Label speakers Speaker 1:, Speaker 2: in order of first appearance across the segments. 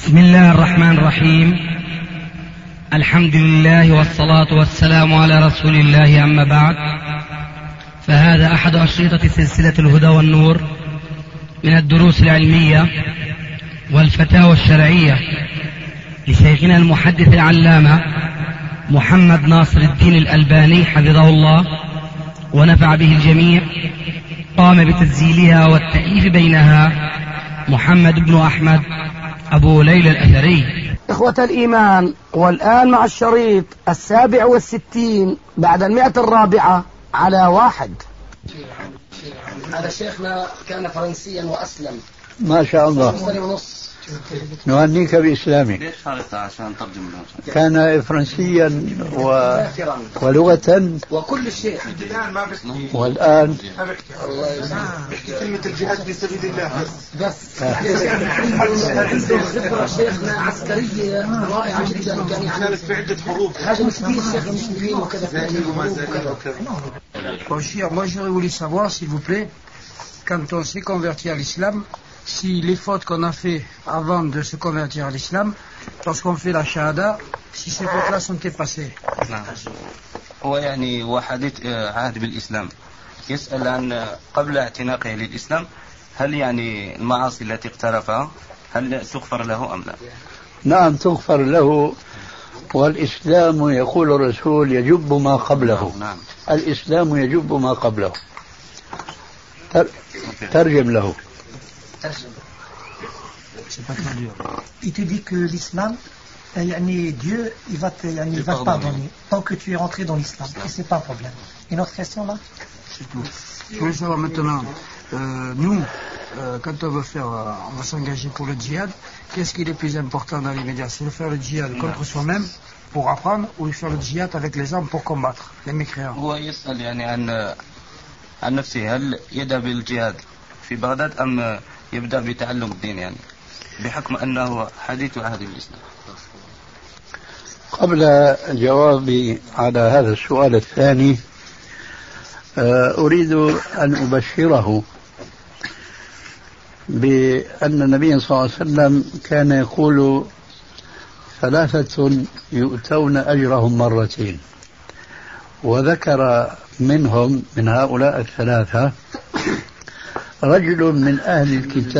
Speaker 1: بسم الله الرحمن الرحيم. الحمد لله والصلاة والسلام على رسول الله، أما بعد، فهذا أحد أشرطة سلسلة الهدى والنور من الدروس العلمية والفتاوى الشرعية لشيخنا المحدث العلامة محمد ناصر الدين الألباني حفظه الله ونفع به الجميع. قام بتسجيلها والتأليف بينها محمد بن أحمد أبو ليلى الأثري.
Speaker 2: إخوة الإيمان، والآن مع الشريط 67 بعد 100 على 1. هذا شيخنا كان فرنسيا وأسلم
Speaker 3: ما شاء الله.
Speaker 2: سنة ونص.
Speaker 3: نهنيك بإسلامك. كان فرنسيا ولغة
Speaker 2: وكل شيء.
Speaker 3: والآن
Speaker 4: كلمة الجهاد في سبيل الله
Speaker 2: بس عنده خبرة شيخنا عسكرية رائعة جدا.
Speaker 4: كانت في عدة حروب.
Speaker 2: هذا مسكين شيخ المسلمين وكذا.
Speaker 5: Bonjour, moi j'aurais voulu savoir, s'il vous plaît, quand on s'est converti à l'islam, si les fautes qu'on a fait avant de se convertir à l'islam, lorsqu'on fait la shahada, si ces fautes-là sont effacées.
Speaker 6: هو يعني هو حديث عهد بالإسلام، يسأل عن قبل اعتناقه للإسلام هل يعني المعاصي التي اقترفها هل تغفر له أم لا؟
Speaker 3: نعم تغفر له، والإسلام يقول الرسول يجب ما قبله.
Speaker 6: نعم.
Speaker 3: الإسلام يجب ما قبله. ترجم له.
Speaker 7: Il te dit que l'islam, Dieu, il va te pardonner tant que tu es rentré dans l'islam. Et c'est pas un problème. Une autre question là?
Speaker 5: C'est tout. Je voulais savoir maintenant, nous, quand on va s'engager pour le djihad, qu'est-ce qui est le plus important dans l'immédiat? C'est de faire le djihad contre soi-même pour apprendre, ou de faire le djihad avec les armes pour combattre les mécréants?
Speaker 6: هو يسأل يعني عن نفسه، هل يبدأ بالجهاد في بغداد أم يبدأ بتعلم الدين، يعني بحكم أنه حديث عهد بالإسلام؟
Speaker 3: قبل جوابي على هذا السؤال الثاني أريد أن أبشره بأن النبي صلى الله عليه وسلم كان يقول 3 يؤتون أجرهم مرتين، وذكر منهم من هؤلاء 3 رجل من أهل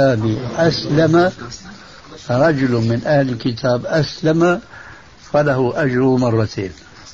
Speaker 3: الكتاب أسلم فله أجر مرتين.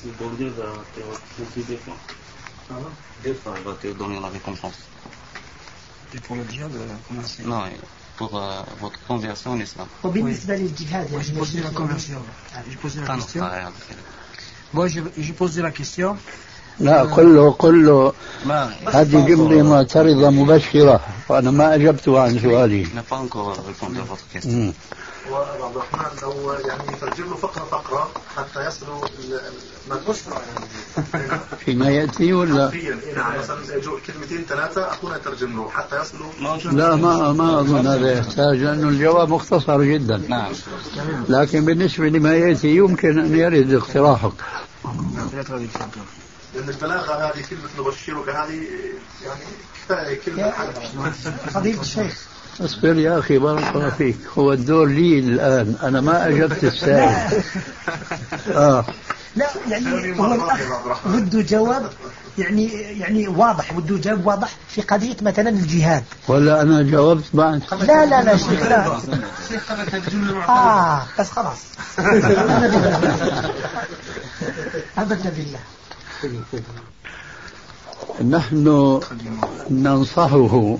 Speaker 5: Pour le djihad,
Speaker 6: Non, pour votre conversion en islam.
Speaker 7: وبالنسبة للجهاد
Speaker 5: J'ai posé la conversion. J'ai posé la question.
Speaker 6: Ah,
Speaker 5: Moi, j'ai posé la question.
Speaker 3: لا قل له هذه جملة معترضة مبشرة، وأنا ما أجبت عن سؤالي.
Speaker 6: n'a pas encore répondu à votre question.
Speaker 4: وعبد الرحمن لو يعني يترجم له فقرة حتى يصلوا
Speaker 3: فيما يأتي ولا؟
Speaker 4: نعم، مثلا كلمتين 3 أخونا يترجم له حتى يصلوا.
Speaker 3: لا ما أظن هذا يحتاج، لأنه الجواب مختصر جدا.
Speaker 6: نعم.
Speaker 3: لكن بالنسبة لما يأتي يمكن أن يرد اقتراحك.
Speaker 4: لأن البلاغة هذه كلمة نبشرك هذه يعني كفاية كلمة.
Speaker 7: فضيلة الشيخ
Speaker 3: اصبر يا أخي بارك الله فيك، هو الدور لي الآن، أنا ما أجبت السائل.
Speaker 7: لا هو الأخ بده جواب واضح، بده جواب واضح في قضية مثلا الجهاد.
Speaker 3: ولا أنا جاوبت بعد؟
Speaker 7: لا شيخ لا. بس خلاص. أبدا بالله.
Speaker 3: نحن ننصحه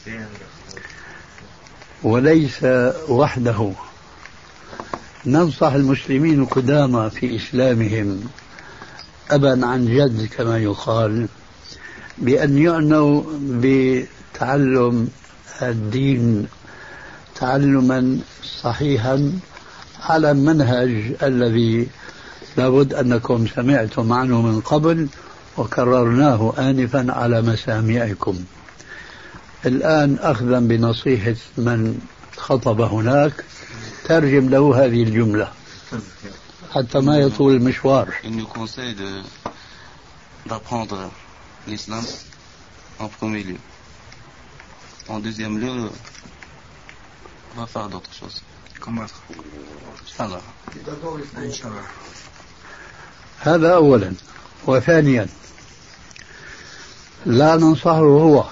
Speaker 3: وليس وحده، ننصح المسلمين القدامى في إسلامهم أبا عن جد كما يقال، بأن يعنوا بتعلم الدين تعلما صحيحا على المنهج الذي لابد أنكم سمعتم عنه من قبل وكررناه آنفا على مسامعكم. الآن أخذا بنصيحة من خطب هناك ترجم له هذه الجملة حتى ما يطول المشوار.
Speaker 6: Il nous conseille d'apprendre l'islam en premier lieu. En deuxième lieu, on va faire d'autres choses.
Speaker 5: combattre.
Speaker 6: Inch'Allah.
Speaker 5: Inch'Allah.
Speaker 3: هذا أولا. وثانيا لا ننصحه هو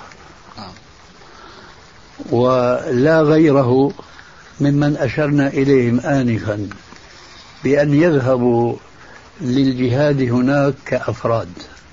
Speaker 3: ولا غيره ممن أشرنا إليهم آنفا بأن يذهبوا للجهاد هناك كأفراد،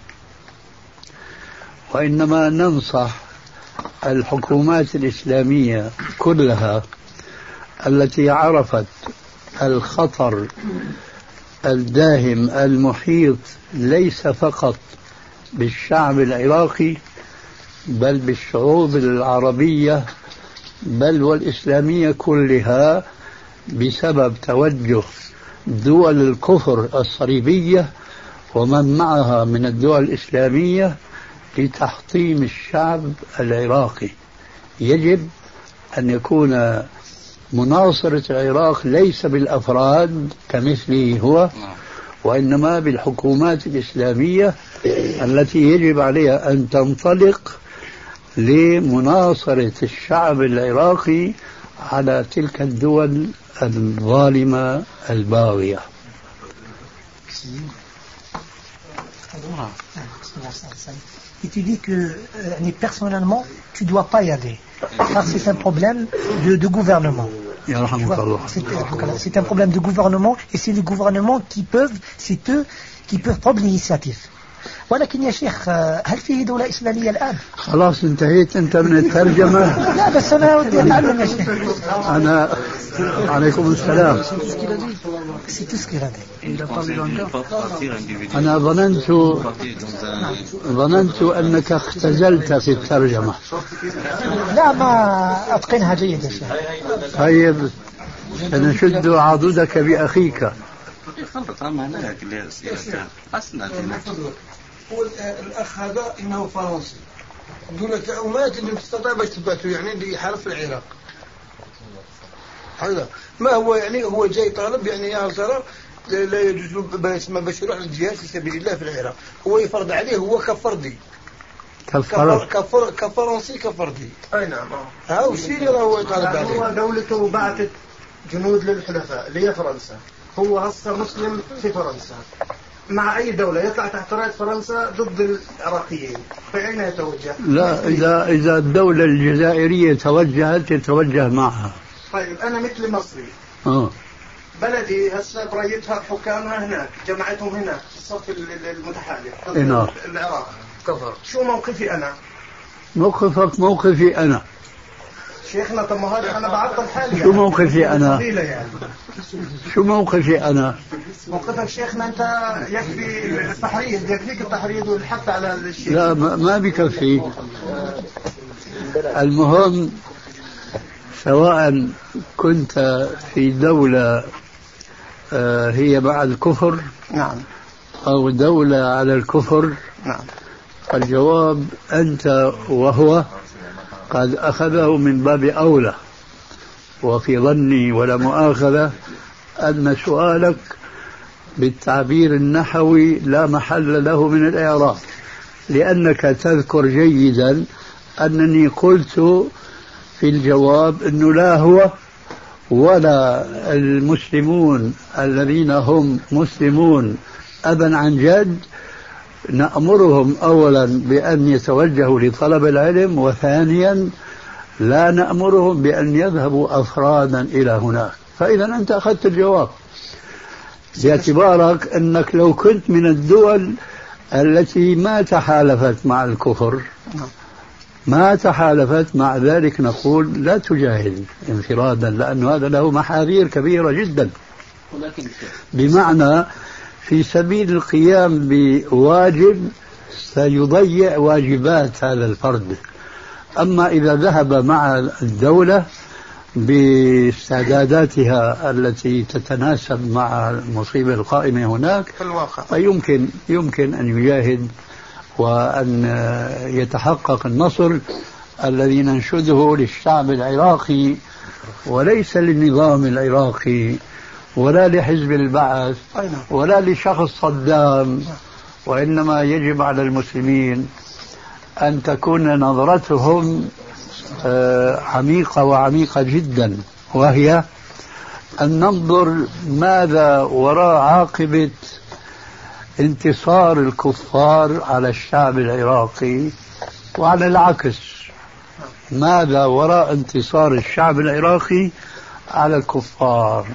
Speaker 3: وإنما ننصح الحكومات الإسلامية كلها التي عرفت الخطر الداهم المحيط ليس فقط بالشعب العراقي بل بالشعوب العربية بل والإسلامية كلها بسبب توجه دول الكفر الصليبية ومن معها من الدول الإسلامية لتحطيم الشعب العراقي. يجب أن يكون مناصرة العراق ليس بالأفراد كمثله هو، وإنما بالحكومات الإسلامية التي يجب عليها أن تنطلق لمناصرة الشعب العراقي على تلك الدول الظالمة الباغية.
Speaker 7: Et tu dis que personnellement, tu ne dois pas y aller. Parce que c'est un problème de gouvernement. C'est un problème de gouvernement et c'est les gouvernements qui peuvent, c'est eux qui peuvent prendre l'initiative. ولكن يا شيخ هل فيه دولة إسلامية الآن؟
Speaker 3: خلاص انتهيت أنت من الترجمة.
Speaker 7: لا بس أنا ودي أتعلم يا شيخ.
Speaker 3: أنا عليكم السلام. أنا ظننت أنك اختزلت في الترجمة.
Speaker 7: لا ما أتقنها جيد يا شيخ.
Speaker 3: طيب سنشد عضدك بأخيك.
Speaker 2: الأخ هذا إنه فرنسي دون التأمات اللي تستطيع باش تبعته يعني اللي حرف في العراق. هذا ما هو يعني هو جاي طالب يعني يا ترى لا يجوز له باش يروح للجهاد في سبيل الله في العراق. هو يفرض عليه هو كفردي كفرنسي كفردي. أي نعم. ها وشي هو يطالب عليه. هو دولته بعثت جنود للحلفاء اللي هي فرنسا. هو هسه مسلم في فرنسا مع أي دولة يطلع تحت راية فرنسا ضد العراقيين فأين يتوجه؟ لا
Speaker 3: إذا الدولة الجزائرية توجهت يتوجه معها.
Speaker 2: طيب أنا مثل مصري بلدي هسه بريتها حكامها هناك جمعتهم هناك في الصف المتحالف ضد العراق كفر. شو موقفي أنا؟
Speaker 3: موقفك موقفي أنا
Speaker 2: شيخنا. طب ما هذا أنا بعطل حالي.
Speaker 3: شو موقفي أنا؟ شو موقفي أنا؟
Speaker 2: موقفك شيخنا أنت يكفي التحريض يكفيك التحريض والحث على الشيء.
Speaker 3: لا ما بكفي. المهم سواء كنت في دولة هي مع الكفر
Speaker 2: نعم
Speaker 3: أو دولة على الكفر
Speaker 2: نعم
Speaker 3: الجواب أنت وهو قد أخذه من باب أولى. وفي ظني ولا مؤاخذة أن سؤالك بالتعبير النحوي لا محل له من الإعراب، لأنك تذكر جيدا أنني قلت في الجواب أنه لا هو ولا المسلمون الذين هم مسلمون أبا عن جد نأمرهم أولا بأن يتوجهوا لطلب العلم، وثانيا لا نأمرهم بأن يذهبوا أفرادا إلى هناك. فإذا أنت أخذت الجواب باعتبارك أنك لو كنت من الدول التي ما تحالفت مع الكفر ما تحالفت مع ذلك نقول لا تجاهد انفرادا، لأن هذا له محاذير كبيرة جدا. بمعنى في سبيل القيام بواجب سيضيع واجبات هذا الفرد. أما إذا ذهب مع الدولة باستعداداتها التي تتناسب مع المصيبة القائمة هناك فيمكن أن يجاهد وأن يتحقق النصر الذي ننشده للشعب العراقي وليس للنظام العراقي ولا لحزب البعث ولا لشخص صدام، وإنما يجب على المسلمين أن تكون نظرتهم عميقة وعميقة جدا، وهي أن ننظر ماذا وراء عاقبة انتصار الكفار على الشعب العراقي، وعلى العكس ماذا وراء انتصار الشعب العراقي على الكفار.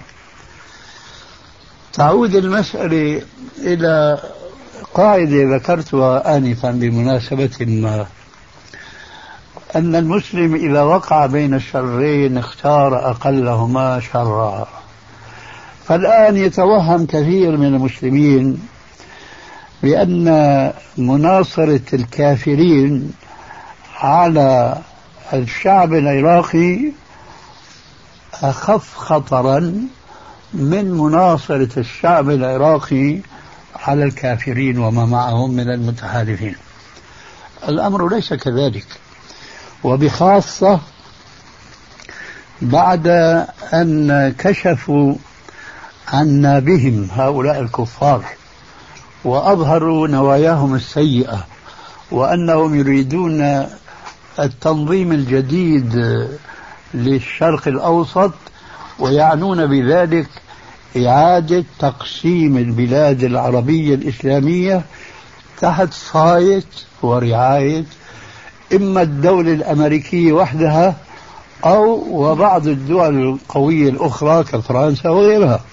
Speaker 3: تعود المسألة إلى قاعدة ذكرتها آنفا بمناسبة ما، أن المسلم إذا وقع بين الشرين اختار أقلهما شرا. فالآن يتوهم كثير من المسلمين بأن مناصرة الكافرين على الشعب العراقي أخف خطرا من مناصرة الشعب العراقي على الكافرين وما معهم من المتحالفين. الأمر ليس كذلك، وبخاصة بعد أن كشفوا عنا بهم هؤلاء الكفار وأظهروا نواياهم السيئة، وأنهم يريدون التنظيم الجديد للشرق الأوسط، ويعنون بذلك إعادة تقسيم البلاد العربية الإسلامية تحت صاية ورعاية إما الدولة الأمريكية وحدها أو وبعض الدول القوية الأخرى كفرنسا وغيرها.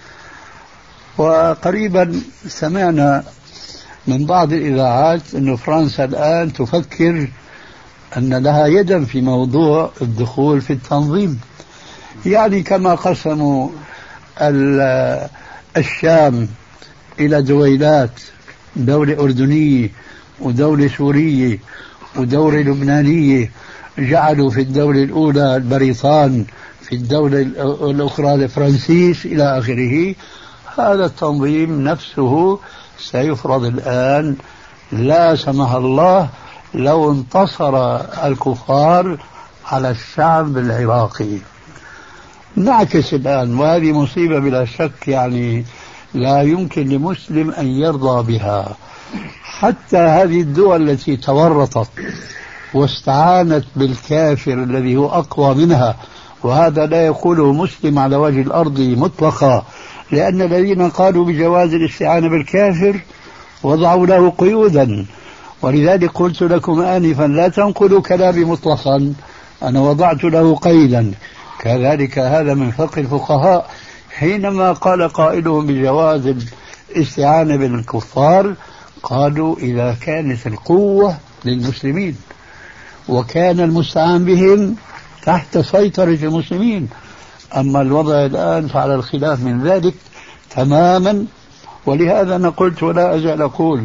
Speaker 3: وقريبا سمعنا من بعض الإذاعات أن فرنسا الآن تفكر أن لها يدا في موضوع الدخول في التنظيم، يعني كما قسموا الشام إلى دويلات، دولة أردنية ودولة سورية ودولة لبنانية، جعلوا في الدولة الأولى البريطان، في الدولة الأخرى الفرنسيس إلى آخره. هذا التنظيم نفسه سيفرض الآن لا سمح الله لو انتصر الكفار على الشعب العراقي. نعكس الآن، وهذه مصيبة بلا شك، يعني لا يمكن لمسلم أن يرضى بها. حتى هذه الدول التي تورطت واستعانت بالكافر الذي هو أقوى منها، وهذا لا يقوله مسلم على وجه الأرض مطلقا، لأن الذين قالوا بجواز الاستعانة بالكافر وضعوا له قيودا. ولذلك قلت لكم آنفا لا تنقلوا كلامي مطلقا، أنا وضعت له قيدا. كذلك هذا من فقه الفقهاء، حينما قال قائلهم بجواز الاستعانة بالكفار قالوا إذا كانت القوة للمسلمين وكان المستعان بهم تحت سيطرة المسلمين. أما الوضع الآن فعلى الخلاف من ذلك تماما. ولهذا أنا قلت ولا أزال أقول،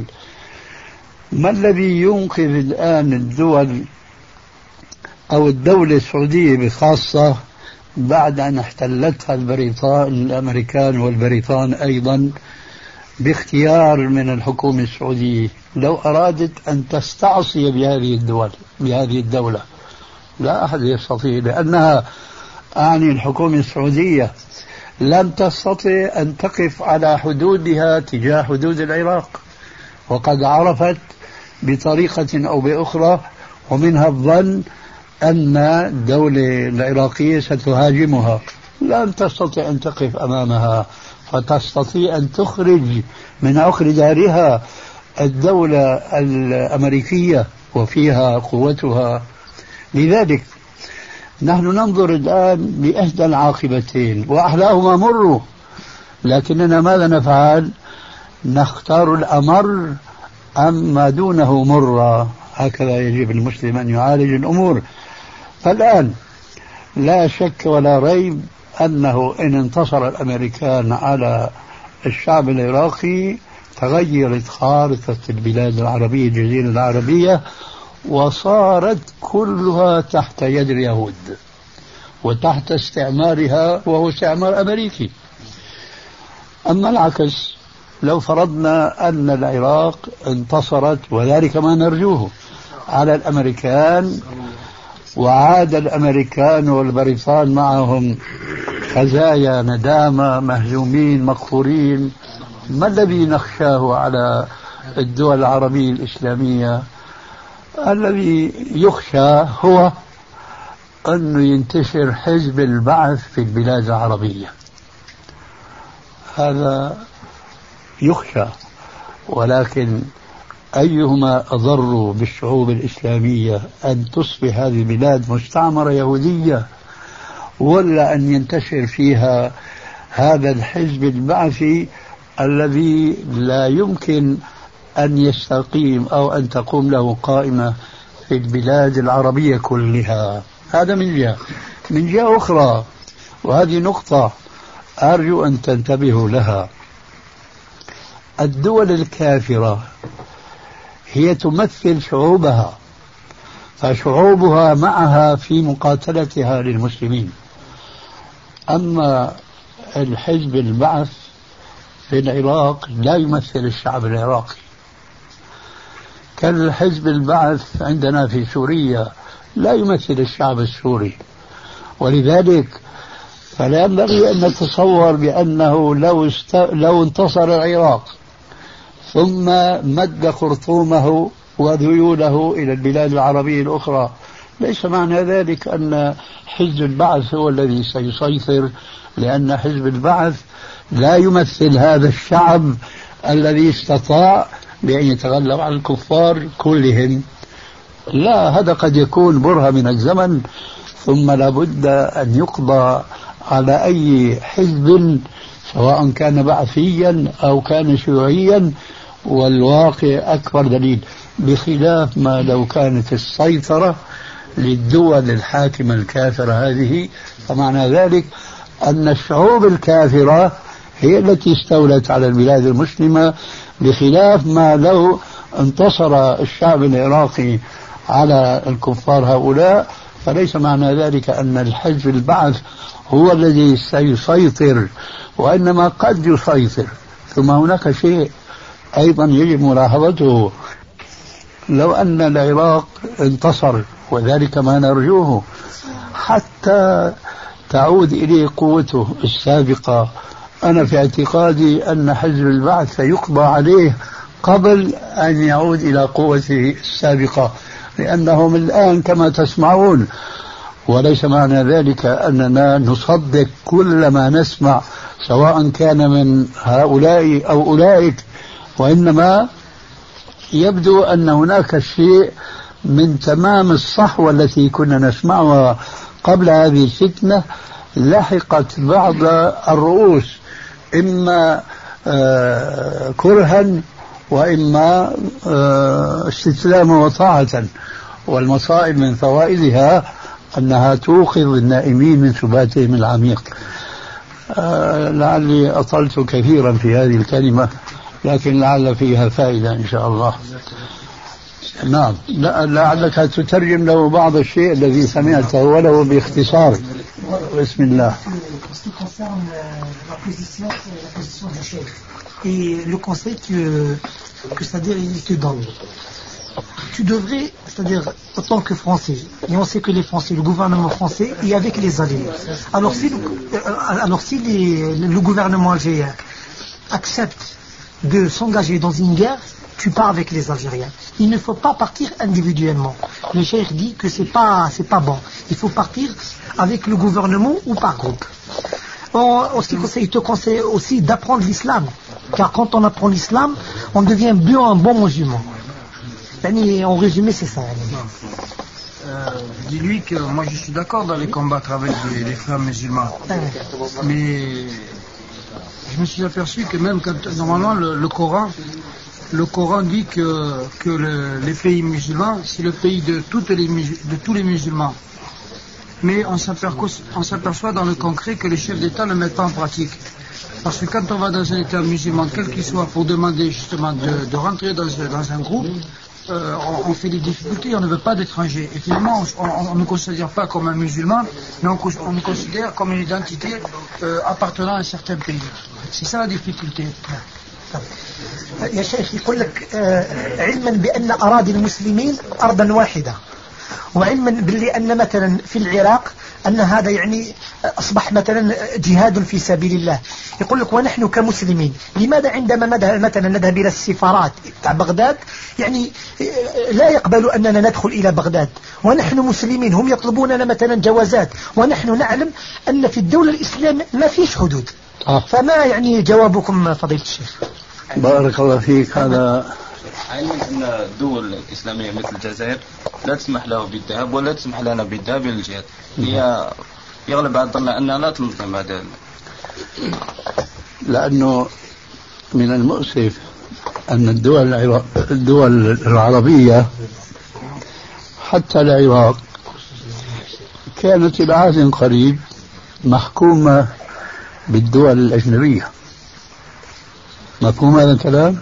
Speaker 3: ما الذي ينقذ الآن الدول أو الدولة السعودية بخاصة بعد أن احتلتها الأمريكان والبريطان أيضا باختيار من الحكومة السعودية، لو أرادت أن تستعصي بهذه الدولة لا أحد يستطيع، لأنها أعني الحكومة السعودية لم تستطع أن تقف على حدودها تجاه حدود العراق، وقد عرفت بطريقة أو بأخرى ومنها الظن أن الدولة العراقية ستهاجمها، لم تستطع أن تقف أمامها، فتستطيع أن تخرج من عقر دارها الدولة الأمريكية وفيها قوتها. لذلك نحن ننظر الآن لإحدى العاقبتين وأحلاهما مر، لكننا ماذا نفعل؟ نختار الأمر أم ما دونه مر. هكذا يجب المسلم أن يعالج الأمور. فالآن لا شك ولا ريب أنه إن انتصر الأمريكان على الشعب العراقي تغيرت خارطة البلاد العربية، الجزيرة العربية، وصارت كلها تحت يد اليهود وتحت استعمارها، وهو استعمار أمريكي. أما العكس، لو فرضنا أن العراق انتصرت، وذلك ما نرجوه، على الأمريكان، وعاد الأمريكان والبريطان معهم خزايا ندامة، مهزومين مقهورين، ما الذي نخشاه على الدول العربية الإسلامية؟ الذي يخشى هو أنه ينتشر حزب البعث في البلاد العربية، هذا يخشى، ولكن أيهما أضر بالشعوب الإسلامية، أن تصبح هذه البلاد مستعمرة يهودية ولا أن ينتشر فيها هذا الحزب البعثي الذي لا يمكن أن يستقيم أو أن تقوم له قائمة في البلاد العربية كلها؟ هذا من جهة. من جهة أخرى، وهذه نقطة أرجو أن تنتبهوا لها، الدول الكافرة هي تمثل شعوبها، فشعوبها معها في مقاتلتها للمسلمين. أما الحزب البعث في العراق لا يمثل الشعب العراقي، كالحزب البعث عندنا في سوريا لا يمثل الشعب السوري. ولذلك فلا ينبغي أن نتصور بأنه لو انتصر العراق ثم مد خرطومه وذيوله إلى البلاد العربية الأخرى، ليس معنى ذلك أن حزب البعث هو الذي سيسيطر، لأن حزب البعث لا يمثل هذا الشعب الذي استطاع بأن يتغلب على الكفار كلهم. لا، هذا قد يكون برهة من الزمن، ثم لابد أن يقضى على أي حزب سواء كان بعثيا أو كان شيوعيا، والواقع أكبر دليل، بخلاف ما لو كانت السيطرة للدول الحاكمة الكافرة هذه، فمعنى ذلك أن الشعوب الكافرة هي التي استولت على البلاد المسلمة، بخلاف ما لو انتصر الشعب العراقي على الكفار هؤلاء، فليس معنى ذلك أن الحزب البعث هو الذي سيسيطر، وإنما قد يسيطر. ثم هناك شيء أيضا يجب ملاحظته، لو أن العراق انتصر، وذلك ما نرجوه، حتى تعود إليه قوته السابقة، أنا في اعتقادي أن حزب البعث سيقضى عليه قبل أن يعود إلى قوته السابقة، لأنهم الآن كما تسمعون. وليس معنى ذلك أننا نصدق كل ما نسمع سواء كان من هؤلاء أو أولئك، وإنما يبدو أن هناك شيء من تمام الصحوة التي كنا نسمعها قبل هذه الفتنة لحقت بعض الرؤوس، إما كرها وإما استسلاما وطاعة. والمصائب من فوائدها أنها توقظ النائمين من سباتهم العميق. لعلي أطلت كثيرا في هذه الكلمة، لكن لعل فيها فائدة إن شاء الله. نعم، لعلك تترجم له بعض الشيء الذي سمعته ولو باختصار. بسم الله.
Speaker 7: Et le conseil que c'est-à-dire il te donne, tu devrais, c'est-à-dire en tant que Français, et on sait que les Français, le gouvernement français est avec les alliés. Alors si le gouvernement algérien accepte de s'engager dans une guerre, tu pars avec les Algériens. Il ne faut pas partir individuellement. Le cheikh dit que c'est pas bon. Il faut partir avec le gouvernement ou par groupe. En ce qui conseille, il te conseille aussi d'apprendre l'islam. Car quand on apprend l'islam, on devient un bon musulman. En résumé, c'est ça.
Speaker 5: Dis-lui que moi je suis d'accord d'aller combattre avec les frères musulmans. Mais je me suis aperçu que même quand normalement le Coran dit que les pays musulmans, c'est le pays de tous les musulmans. Mais on s'aperçoit dans le concret que les chefs d'État ne le mettent pas en pratique. Parce que quand on va dans un État musulman, quel qu'il soit, pour demander justement de rentrer dans un groupe, on fait des difficultés, on ne veut pas d'étrangers. Et finalement, on ne considère pas comme un musulman, mais on nous considère comme une identité appartenant à un certain pays. C'est ça la difficulté.
Speaker 7: يا شيخ يقول لك علما بأن أراضي المسلمين أرضا واحدة، وعلما باللي أن مثلا في العراق أن هذا يعني أصبح مثلا جهاد في سبيل الله. يقول لك ونحن كمسلمين لماذا عندما مثلا نذهب إلى السفارات تاع بغداد يعني لا يقبلوا أننا ندخل إلى بغداد، ونحن مسلمين هم يطلبوننا مثلا جوازات، ونحن نعلم أن في الدولة الإسلامية ما فيش حدود، فما يعني جوابكم فضيلة الشيخ؟
Speaker 3: بارك الله فيك. هذا
Speaker 6: علما أن الدول الإسلامية مثل الجزائر لا تسمح له بالذهاب ولا تسمح لنا بالذهاب إلى الجهاد، هي يغلب على الظن أنها لا تنظم هذا.
Speaker 3: لأنه من المؤسف أن الدول العربية حتى العراق كانت إلى عهد قريب محكومة بالدول الأجنبية. مفهوم هذا الكلام؟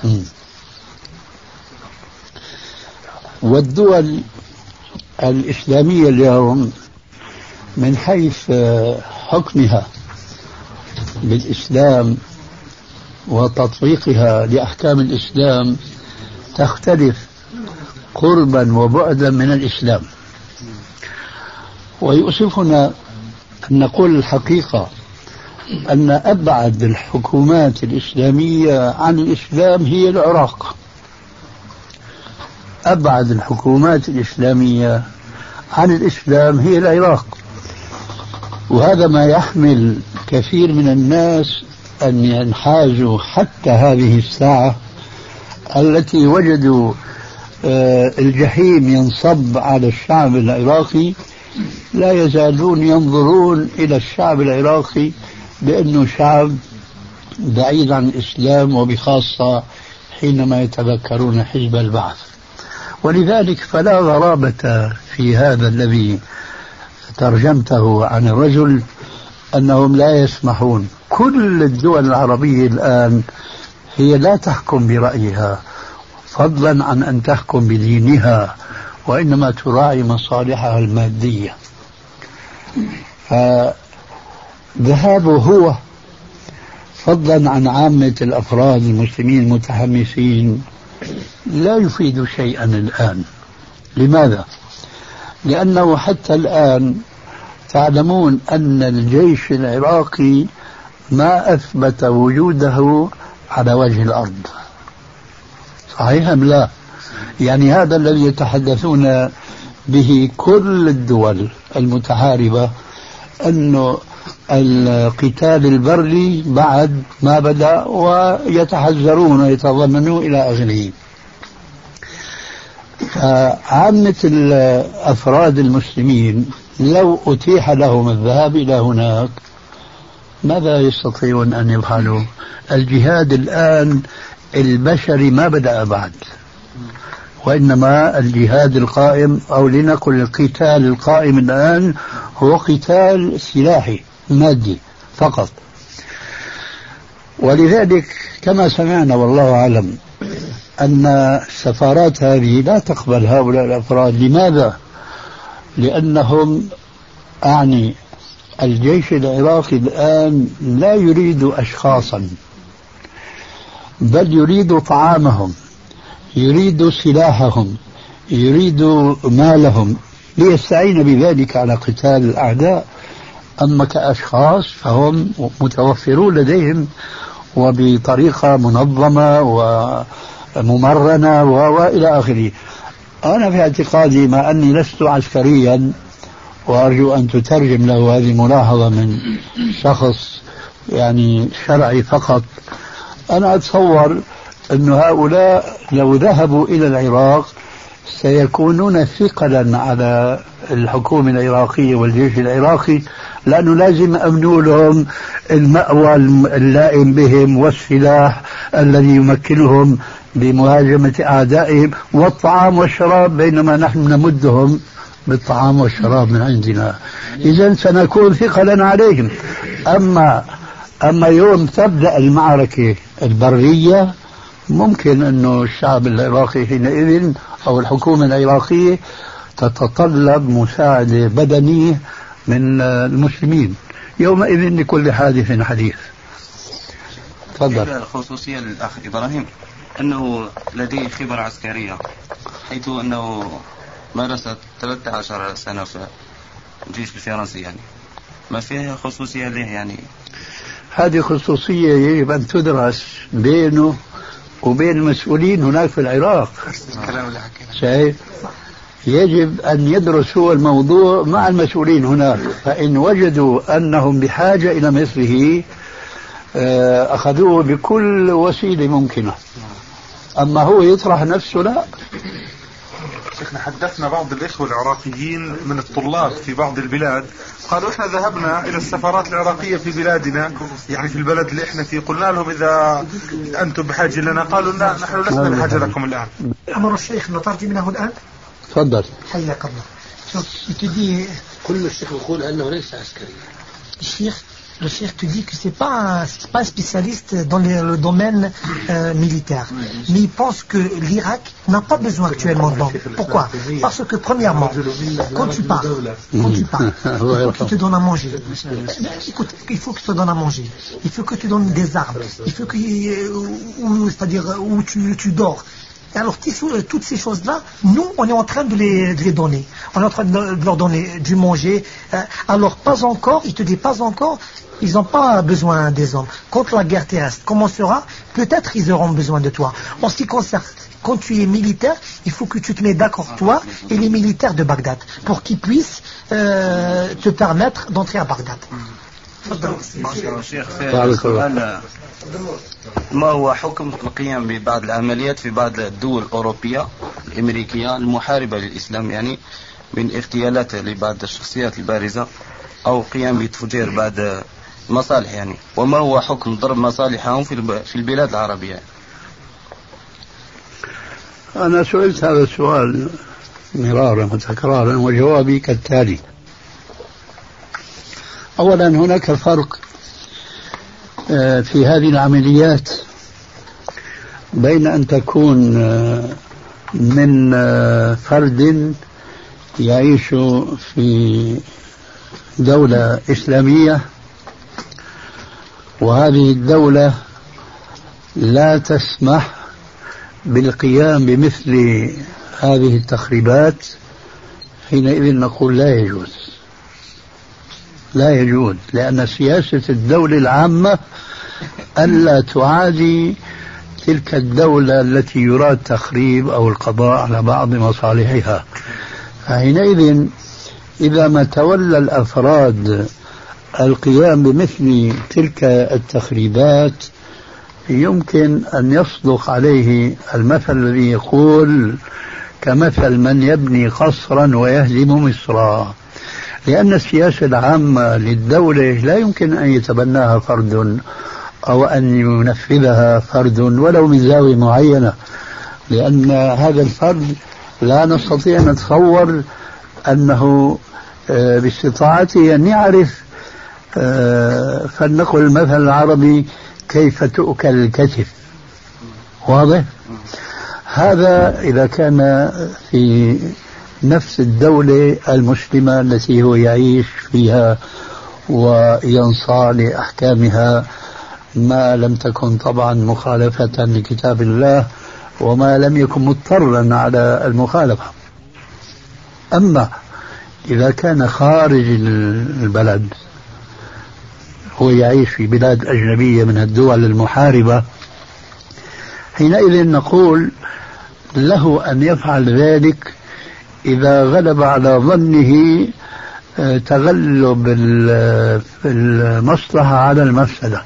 Speaker 3: والدول الإسلامية اليوم من حيث حكمها بالإسلام وتطبيقها لأحكام الإسلام تختلف قربا وبعدا من الإسلام. ويؤسفنا أن نقول الحقيقة أن أبعد الحكومات الإسلامية عن الإسلام هي العراق. أبعد الحكومات الإسلامية عن الإسلام هي العراق. وهذا ما يحمل كثير من الناس أن ينحازوا حتى هذه الساعة التي وجدوا الجحيم ينصب على الشعب العراقي، لا يزالون ينظرون إلى الشعب العراقي بأنه شعب بعيد عن الإسلام، وبخاصة حينما يتذكرون حزب البعث. ولذلك فلا غرابة في هذا الذي ترجمته عن الرجل أنهم لا يسمحون. كل الدول العربية الآن هي لا تحكم برأيها فضلا عن أن تحكم بدينها، وإنما تراعي مصالحها المادية. فذهابه هو فضلا عن عامة الأفراد المسلمين المتحمسين لا يفيد شيئا الآن. لماذا؟ لأنه حتى الآن تعلمون أن الجيش العراقي ما أثبت وجوده على وجه الأرض. صحيح أم لا؟ يعني هذا الذي يتحدثون به كل الدول المتحاربة أنه القتال البري بعد ما بدأ، ويتحذرون ويتضمنون إلى آخره. عامة الأفراد المسلمين لو أتيح لهم الذهاب إلى هناك ماذا يستطيعون أن يفعلوا؟ الجهاد الآن البشري ما بدأ بعد، وإنما الجهاد القائم أو لنقل القتال القائم الآن هو قتال سلاحي مادي فقط. ولذلك كما سمعنا والله أعلم أن السفارات هذه لا تقبل هؤلاء الأفراد. لماذا؟ لأنهم الجيش العراقي الآن لا يريد أشخاصا، بل يريد طعامهم، يريد سلاحهم، يريد مالهم ليستعين بذلك على قتال الأعداء. أما كأشخاص فهم متوفرون لديهم وبطريقة منظمة وممرنة وإلى آخره. أنا في اعتقادي مع أني لست عسكريا، وأرجو أن تترجم له هذه ملاحظة من شخص شرعي فقط، أنا أتصور أن هؤلاء لو ذهبوا إلى العراق سيكونون ثقلا على الحكومة العراقية والجيش العراقي، لأنه لازم أمنوا لهم المأوى اللائم بهم والسلاح الذي يمكنهم بمهاجمة أعدائهم والطعام والشراب، بينما نحن نمدهم بالطعام والشراب من عندنا. إذن سنكون ثقلا عليهم. أما يوم تبدأ المعركة البرية ممكن أنه الشعب العراقي حينئذ أو الحكومة العراقية تتطلب مساعدة بدنية من المسلمين. يومئذ لكل حادث حديث. تفضل.
Speaker 6: الخصوصية للأخ إبراهيم أنه لديه خبرة عسكرية، حيث أنه مارس 13 سنة في الجيش الفرنسي، ما فيها خصوصية له
Speaker 3: هذه خصوصية يجب أن تدرس بينه وبين المسؤولين هناك في العراق. شايف؟ يجب أن يدرسوا الموضوع مع المسؤولين هناك، فإن وجدوا أنهم بحاجة إلى مثله أخذوه بكل وسيلة ممكنة. أما هو يطرح نفسه لا.
Speaker 4: شيخنا حدثنا بعض الإخوة العراقيين من الطلاب في بعض البلاد قالوا إحنا ذهبنا إلى السفارات العراقية في بلادنا، يعني في البلد اللي إحنا فيه، قلنا لهم إذا أنتم بحاجة لنا قالوا لا نحن لسنا بحاجة لكم الآن.
Speaker 7: أمر الشيخ نترجم منه الآن.
Speaker 3: تفضل.
Speaker 7: حياك الله. شوف تدي
Speaker 8: كل الشيخ يقول أنه ليس عسكري.
Speaker 7: Le chef te dit que c'est pas un spécialiste dans le domaine militaire, mais il pense que l'Irak n'a pas besoin actuellement de banque. Pourquoi? Parce que premièrement, quand tu pars, il faut qu'il te donne à manger. Écoute, il faut qu'il te donne à manger. Il faut que tu donnes des armes. Il faut que, c'est-à-dire où tu dors. Et alors toutes ces choses-là, nous, on est en train de les donner. On est en train de leur donner du manger. Alors pas encore, il te dit pas encore, ils n'ont pas besoin des hommes. Quand la guerre terrestre commencera, peut-être ils auront besoin de toi. En ce qui concerne, quand tu es militaire, il faut que tu te mets d'accord, toi et les militaires de Bagdad, pour qu'ils puissent te permettre d'entrer à Bagdad.
Speaker 6: ما هو حكم القيام ببعض العمليات في بعض الدول الأوروبية الأمريكية المحاربة للإسلام، يعني من اغتيالات لبعض الشخصيات البارزة أو قيام بتفجير بعض مصالح، يعني وما هو حكم ضرب مصالحهم في البلاد العربية؟
Speaker 3: أنا سئلت هذا السؤال مرارا وتكرارا وجوابي كالتالي. أولا هناك فرق في هذه العمليات بين أن تكون من فرد يعيش في دولة إسلامية وهذه الدولة لا تسمح بالقيام بمثل هذه التخريبات، حينئذ نقول لا يجوز، لأن سياسة الدولة العامة ألا تعادي تلك الدولة التي يراد تخريب أو القضاء على بعض مصالحها. حينئذ إذا ما تولى الأفراد القيام بمثل تلك التخريبات يمكن أن يصدق عليه المثل الذي يقول كمثل من يبني قصرا ويهدم مصرا، لأن السياسة العامة للدولة لا يمكن أن يتبناها فرد أو أن ينفذها فرد ولو من زاوية معينة، لأن هذا الفرد لا نستطيع أن نتصور أنه باستطاعته أن يعرف فلنقل المثل العربي كيف تؤكل الكتف. واضح؟ هذا إذا كان في نفس الدولة المسلمة التي هو يعيش فيها وينصاع لأحكامها، ما لم تكن طبعا مخالفة لكتاب الله وما لم يكن مضطرا على المخالفة. أما إذا كان خارج البلد، هو يعيش في بلاد أجنبية من الدول المحاربة، حينئذ نقول له أن يفعل ذلك إذا غلب على ظنه تغلب المصلحة على المفسدة.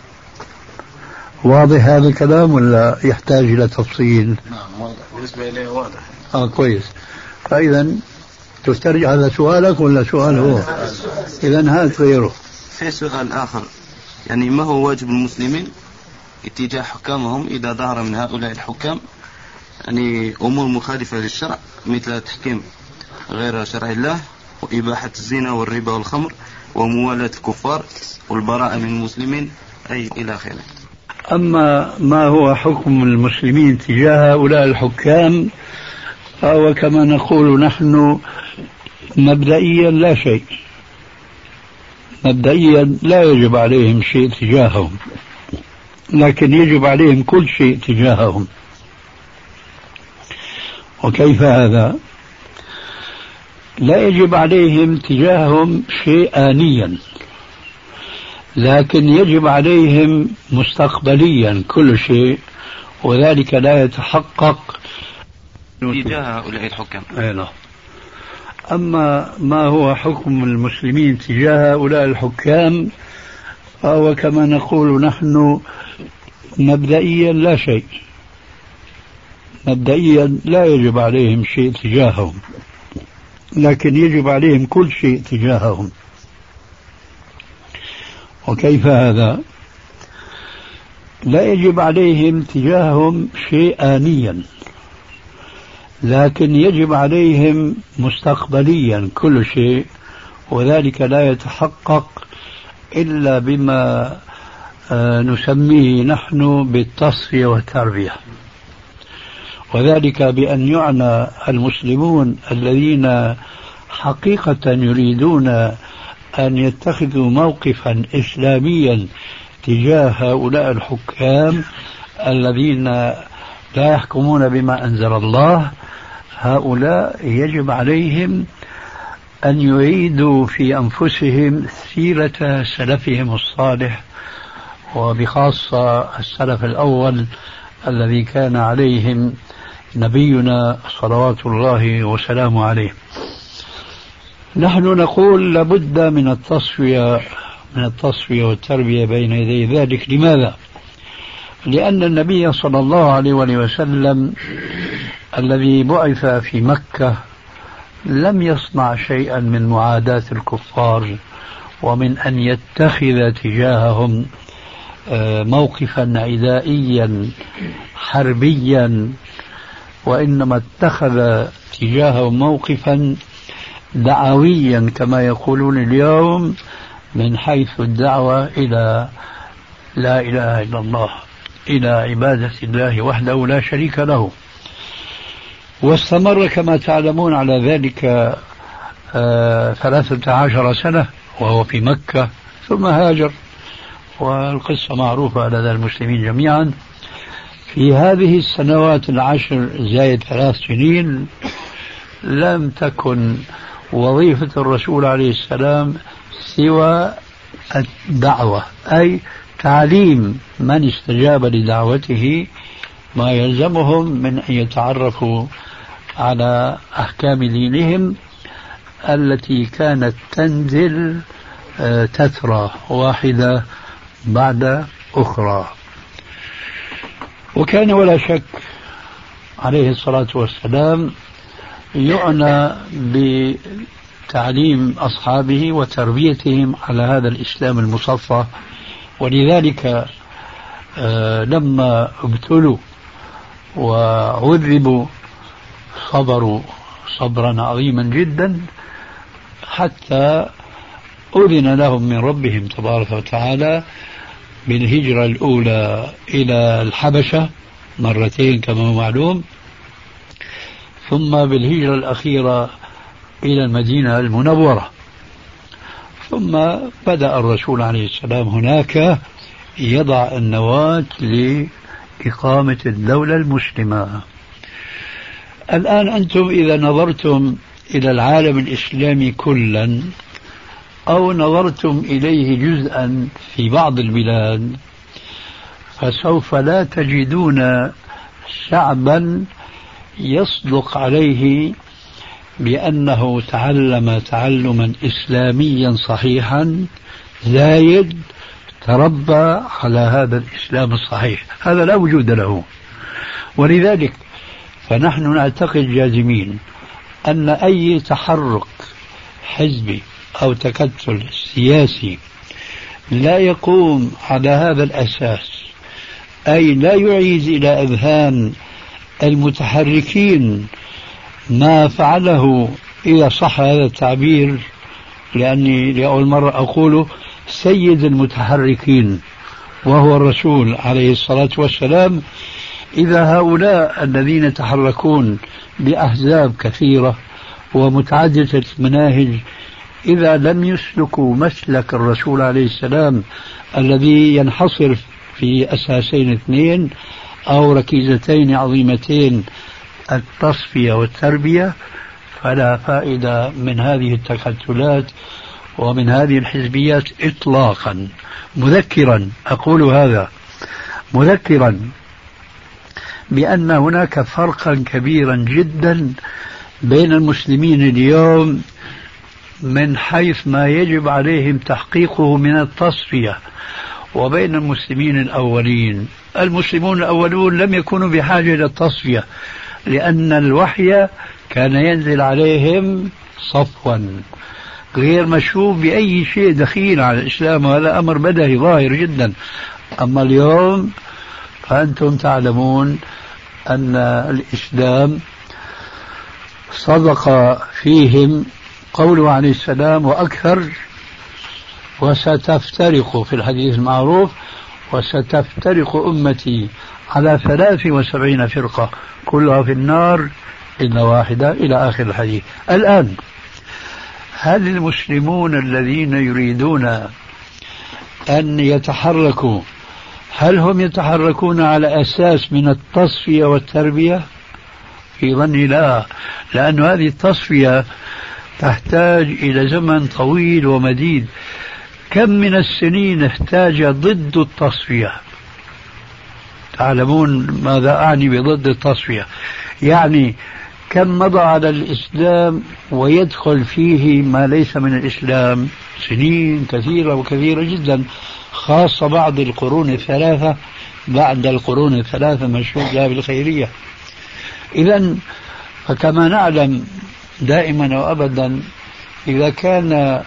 Speaker 3: واضح هذا الكلام ولا يحتاج إلى تفصيل؟
Speaker 6: نعم واضح، بالنسبة إليه واضح.
Speaker 3: كويس. فإذا تسترجع هذا سؤالك ولا سؤال هو؟ إذا هات غيره.
Speaker 6: في سؤال آخر، يعني ما هو واجب المسلمين اتجاه حكامهم إذا ظهر من هؤلاء الحكام يعني أمور مخالفة للشرع مثل تحكيم غير شرع الله وإباحة الزنا والربا والخمر وموالاة الكفار والبراءة من المسلمين أي إلى آخره.
Speaker 3: أما ما هو حكم المسلمين تجاه هؤلاء الحكام فهو كما نقول نحن مبدئيا لا شيء، مبدئيا لا يجب عليهم شيء تجاههم، لكن يجب عليهم كل شيء تجاههم. وكيف هذا؟ لا يجب عليهم تجاههم شيء آنيا، لكن يجب عليهم مستقبليا كل شيء، وذلك لا يتحقق
Speaker 6: تجاه هؤلاء الحكام.
Speaker 3: أما ما هو حكم المسلمين تجاه هؤلاء الحكام وكما نقول نحن مبدئيا لا شيء، مبدئيا لا يجب عليهم شيء تجاههم، لكن يجب عليهم كل شيء تجاههم. وكيف هذا؟ لا يجب عليهم تجاههم شيء آنيا، لكن يجب عليهم مستقبليا كل شيء، وذلك لا يتحقق إلا بما نسميه نحن بالتصفية والتربية، وذلك بأن يعنى المسلمون الذين حقيقة يريدون أن يتخذوا موقفا إسلاميا تجاه هؤلاء الحكام الذين لا يحكمون بما أنزل الله. هؤلاء يجب عليهم أن يعيدوا في أنفسهم سيرة سلفهم الصالح، وبخاصة السلف الأول الذي كان عليهم نبينا صلوات الله وسلامه عليه. نحن نقول لابد من التصفية والتربية بين يدي ذلك. لماذا؟ لأن النبي صلى الله عليه وسلم الذي بعث في مكة لم يصنع شيئا من معاداة الكفار ومن أن يتخذ تجاههم موقفا عدائيا حربيا، وإنما اتخذ تجاههم موقفا دعويا كما يقولون اليوم، من حيث الدعوة إلى لا إله إلا الله، إلى عبادة الله وحده لا شريك له. واستمر كما تعلمون على ذلك 13 سنة وهو في مكة، ثم هاجر، والقصة معروفة لدى المسلمين جميعا. في هذه السنوات 10 زائد 3 سنين لم تكن وظيفة الرسول عليه السلام سوى الدعوة، أي تعليم من استجاب لدعوته ما يلزمهم من أن يتعرفوا على أحكام دينهم التي كانت تنزل تترى واحدة بعد أخرى. وكان ولا شك عليه الصلاة والسلام يعنى بتعليم أصحابه وتربيتهم على هذا الإسلام المصفى، ولذلك لما ابتلوا وعذبوا صبروا صبرا عظيما جدا، حتى أذن لهم من ربهم تبارك وتعالى بالهجرة الأولى إلى الحبشة مرتين كما هو معلوم، ثم بالهجرة الأخيرة إلى المدينة المنورة. ثم بدأ الرسول عليه السلام هناك يضع النواة لإقامة الدولة المسلمة. الآن أنتم إذا نظرتم إلى العالم الإسلامي كلا أو نظرتم إليه جزءا في بعض البلاد، فسوف لا تجدون شعبا يصدق عليه بأنه تعلم تعلما إسلاميا صحيحا زايد تربى على هذا الإسلام الصحيح، هذا لا وجود له. ولذلك فنحن نعتقد جازمين أن أي تحرك حزبي أو تكتل سياسي لا يقوم على هذا الأساس، أي لا يعيد إلى أذهان المتحركين ما فعله، إذا صح هذا التعبير، لأني لأول مرة أقول سيد المتحركين وهو الرسول عليه الصلاة والسلام. إذا هؤلاء الذين يتحركون بأحزاب كثيرة ومتعددة المناهج إذا لم يسلكوا مسلك الرسول عليه السلام الذي ينحصر في أساسين اثنين أو ركيزتين عظيمتين، التصفية والتربية، فلا فائدة من هذه التكتلات ومن هذه الحزبيات إطلاقا. مذكرا أقول هذا، مذكرا بأن هناك فرقا كبيرا جدا بين المسلمين اليوم من حيث ما يجب عليهم تحقيقه من التصفية وبين المسلمين الأولين. المسلمون الأولون لم يكونوا بحاجة إلى التصفية لأن الوحي كان ينزل عليهم صفوا غير مشوب بأي شيء دخيل على الإسلام، وهذا أمر بدهي ظاهر جدا. أما اليوم فأنتم تعلمون أن الإسلام صدق فيهم قوله عليه السلام وأكثر وستفترق في الحديث المعروف وستفترق أمتي على 73 فرقة كلها في النار إلا واحدة إلى آخر الحديث. الآن هل المسلمون الذين يريدون أن يتحركوا هل هم يتحركون على أساس من التصفية والتربية؟ في ظني لا، لأن هذه التصفية تحتاج إلى زمن طويل ومديد. كم من السنين احتاج ضد التصفية؟ تعلمون ماذا أعني بضد التصفية؟ يعني كم مضى على الإسلام ويدخل فيه ما ليس من الإسلام؟ سنين كثيرة وكثيرة جدا، خاصة بعد القرون الثلاثة، بعد القرون الثلاثة مشهود لها بالخيرية. إذا فكما نعلم دائما وأبدا إذا كان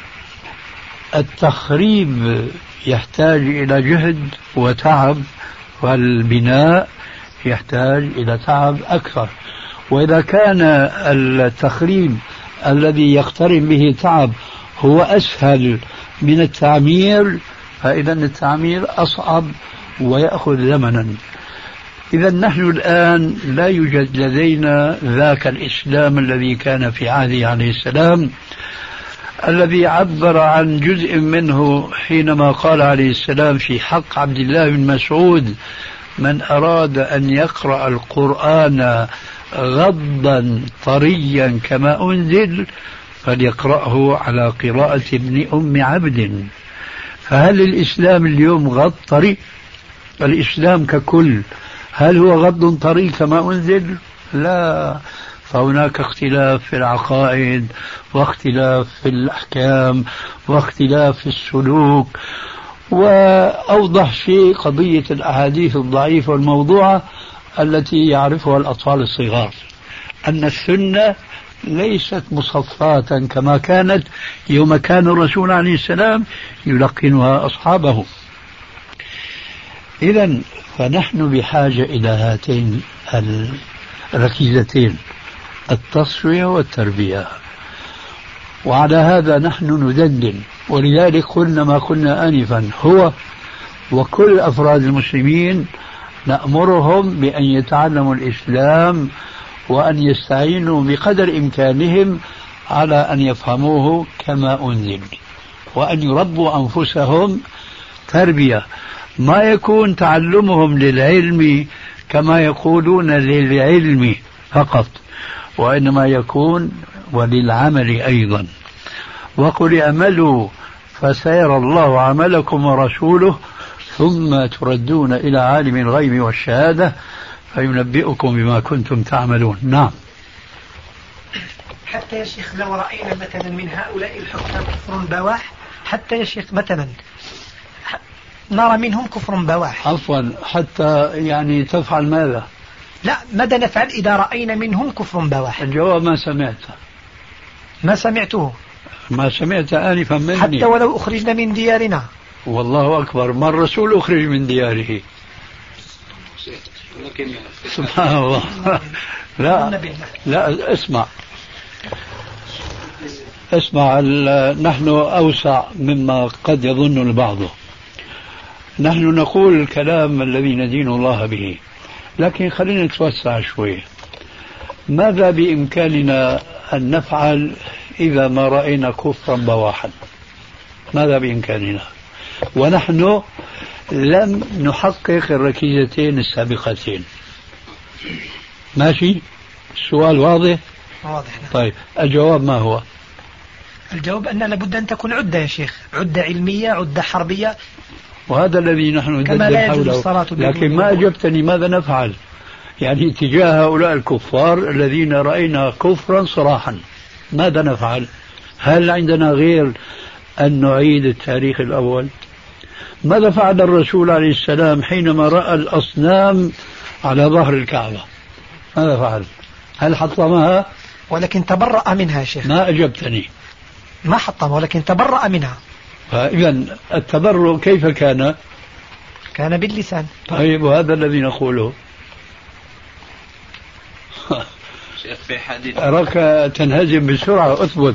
Speaker 3: التخريب يحتاج إلى جهد وتعب والبناء يحتاج إلى تعب أكثر، وإذا كان التخريب الذي يقترن به تعب هو أسهل من التعمير فإذا التعمير أصعب ويأخذ زمنا. إذا نحن الآن لا يوجد لدينا ذاك الإسلام الذي كان في عهده عليه السلام، الذي عبر عن جزء منه حينما قال عليه السلام في حق عبد الله بن مسعود من أراد أن يقرأ القرآن غضا طريا كما أنزل فليقرأه على قراءة ابن أم عبد. فهل الإسلام اليوم غض طري؟ الإسلام ككل هل هو غض طري كما أنزل؟ لا، فهناك اختلاف في العقائد واختلاف في الأحكام واختلاف في السلوك. وأوضح شيء قضية الأحاديث الضعيفة والموضوعة التي يعرفها الأطفال الصغار، أن السنة ليست مصفاة كما كانت يوم كان الرسول عليه السلام يلقنها أصحابه. إذا فنحن بحاجة إلى هاتين الركيزتين، التصفية والتربية، وعلى هذا نحن ندندن. ولذلك قلنا ما قلنا آنفا، هو وكل أفراد المسلمين نأمرهم بأن يتعلموا الإسلام وأن يستعينوا بقدر إمكانهم على أن يفهموه كما أنزل، وأن يربوا أنفسهم تربية، ما يكون تعلمهم للعلم كما يقولون للعلم فقط، وإنما يكون وللعمل أيضا. وقل اعملوا فسيرى الله عملكم ورسوله ثم تردون إلى عالم الغيب والشهادة فينبئكم بما كنتم تعملون. نعم.
Speaker 7: حتى يا شيخ لو رأينا مثلا من هؤلاء الحكام كفر بواح، حتى يا شيخ مثلا نرى منهم كفر بواح.
Speaker 3: عفوا، حتى يعني تفعل ماذا؟
Speaker 7: لا، ماذا نفعل إذا رأينا منهم كفر بواح؟
Speaker 3: الجواب ما سمعته.
Speaker 7: ما سمعته.
Speaker 3: ما سمعت آنفا مني.
Speaker 7: حتى ولو أخرجنا من ديارنا.
Speaker 3: والله أكبر، ما الرسول أخرج من دياره. سبحان الله. لا اسمع نحن أوسع مما قد يظن البعض. نحن نقول الكلام الذي ندين الله به، لكن خلينا نتوسع شوي. ماذا بإمكاننا أن نفعل إذا ما رأينا كفرا بواحا؟ ماذا بإمكاننا ونحن لم نحقق الركيزتين السابقتين؟ ماشي؟ السؤال واضح؟
Speaker 7: واضح.
Speaker 3: طيب الجواب ما هو؟
Speaker 7: الجواب أن لابد أن تكون عدة يا شيخ، عدة علمية، عدة حربية،
Speaker 3: وهذا الذي نحن ندندن حوله. لكن ما أجبتني ماذا نفعل يعني تجاه هؤلاء الكفار الذين رأينا كفرا صراحا، ماذا نفعل؟ هل عندنا غير أن نعيد التاريخ الأول؟ ماذا فعل الرسول عليه السلام حينما رأى الأصنام على ظهر الكعبة؟ ماذا فعل؟ هل حطمها؟
Speaker 7: ولكن تبرأ منها يا شيخ.
Speaker 3: ما أجبتني.
Speaker 7: ما حطمها ولكن تبرأ منها.
Speaker 3: فإذا التبرؤ كيف كان؟
Speaker 7: كان باللسان.
Speaker 3: طيب وهذا الذي نقوله.
Speaker 6: في حديث
Speaker 3: أراك تنهزم بسرعة، أثبت.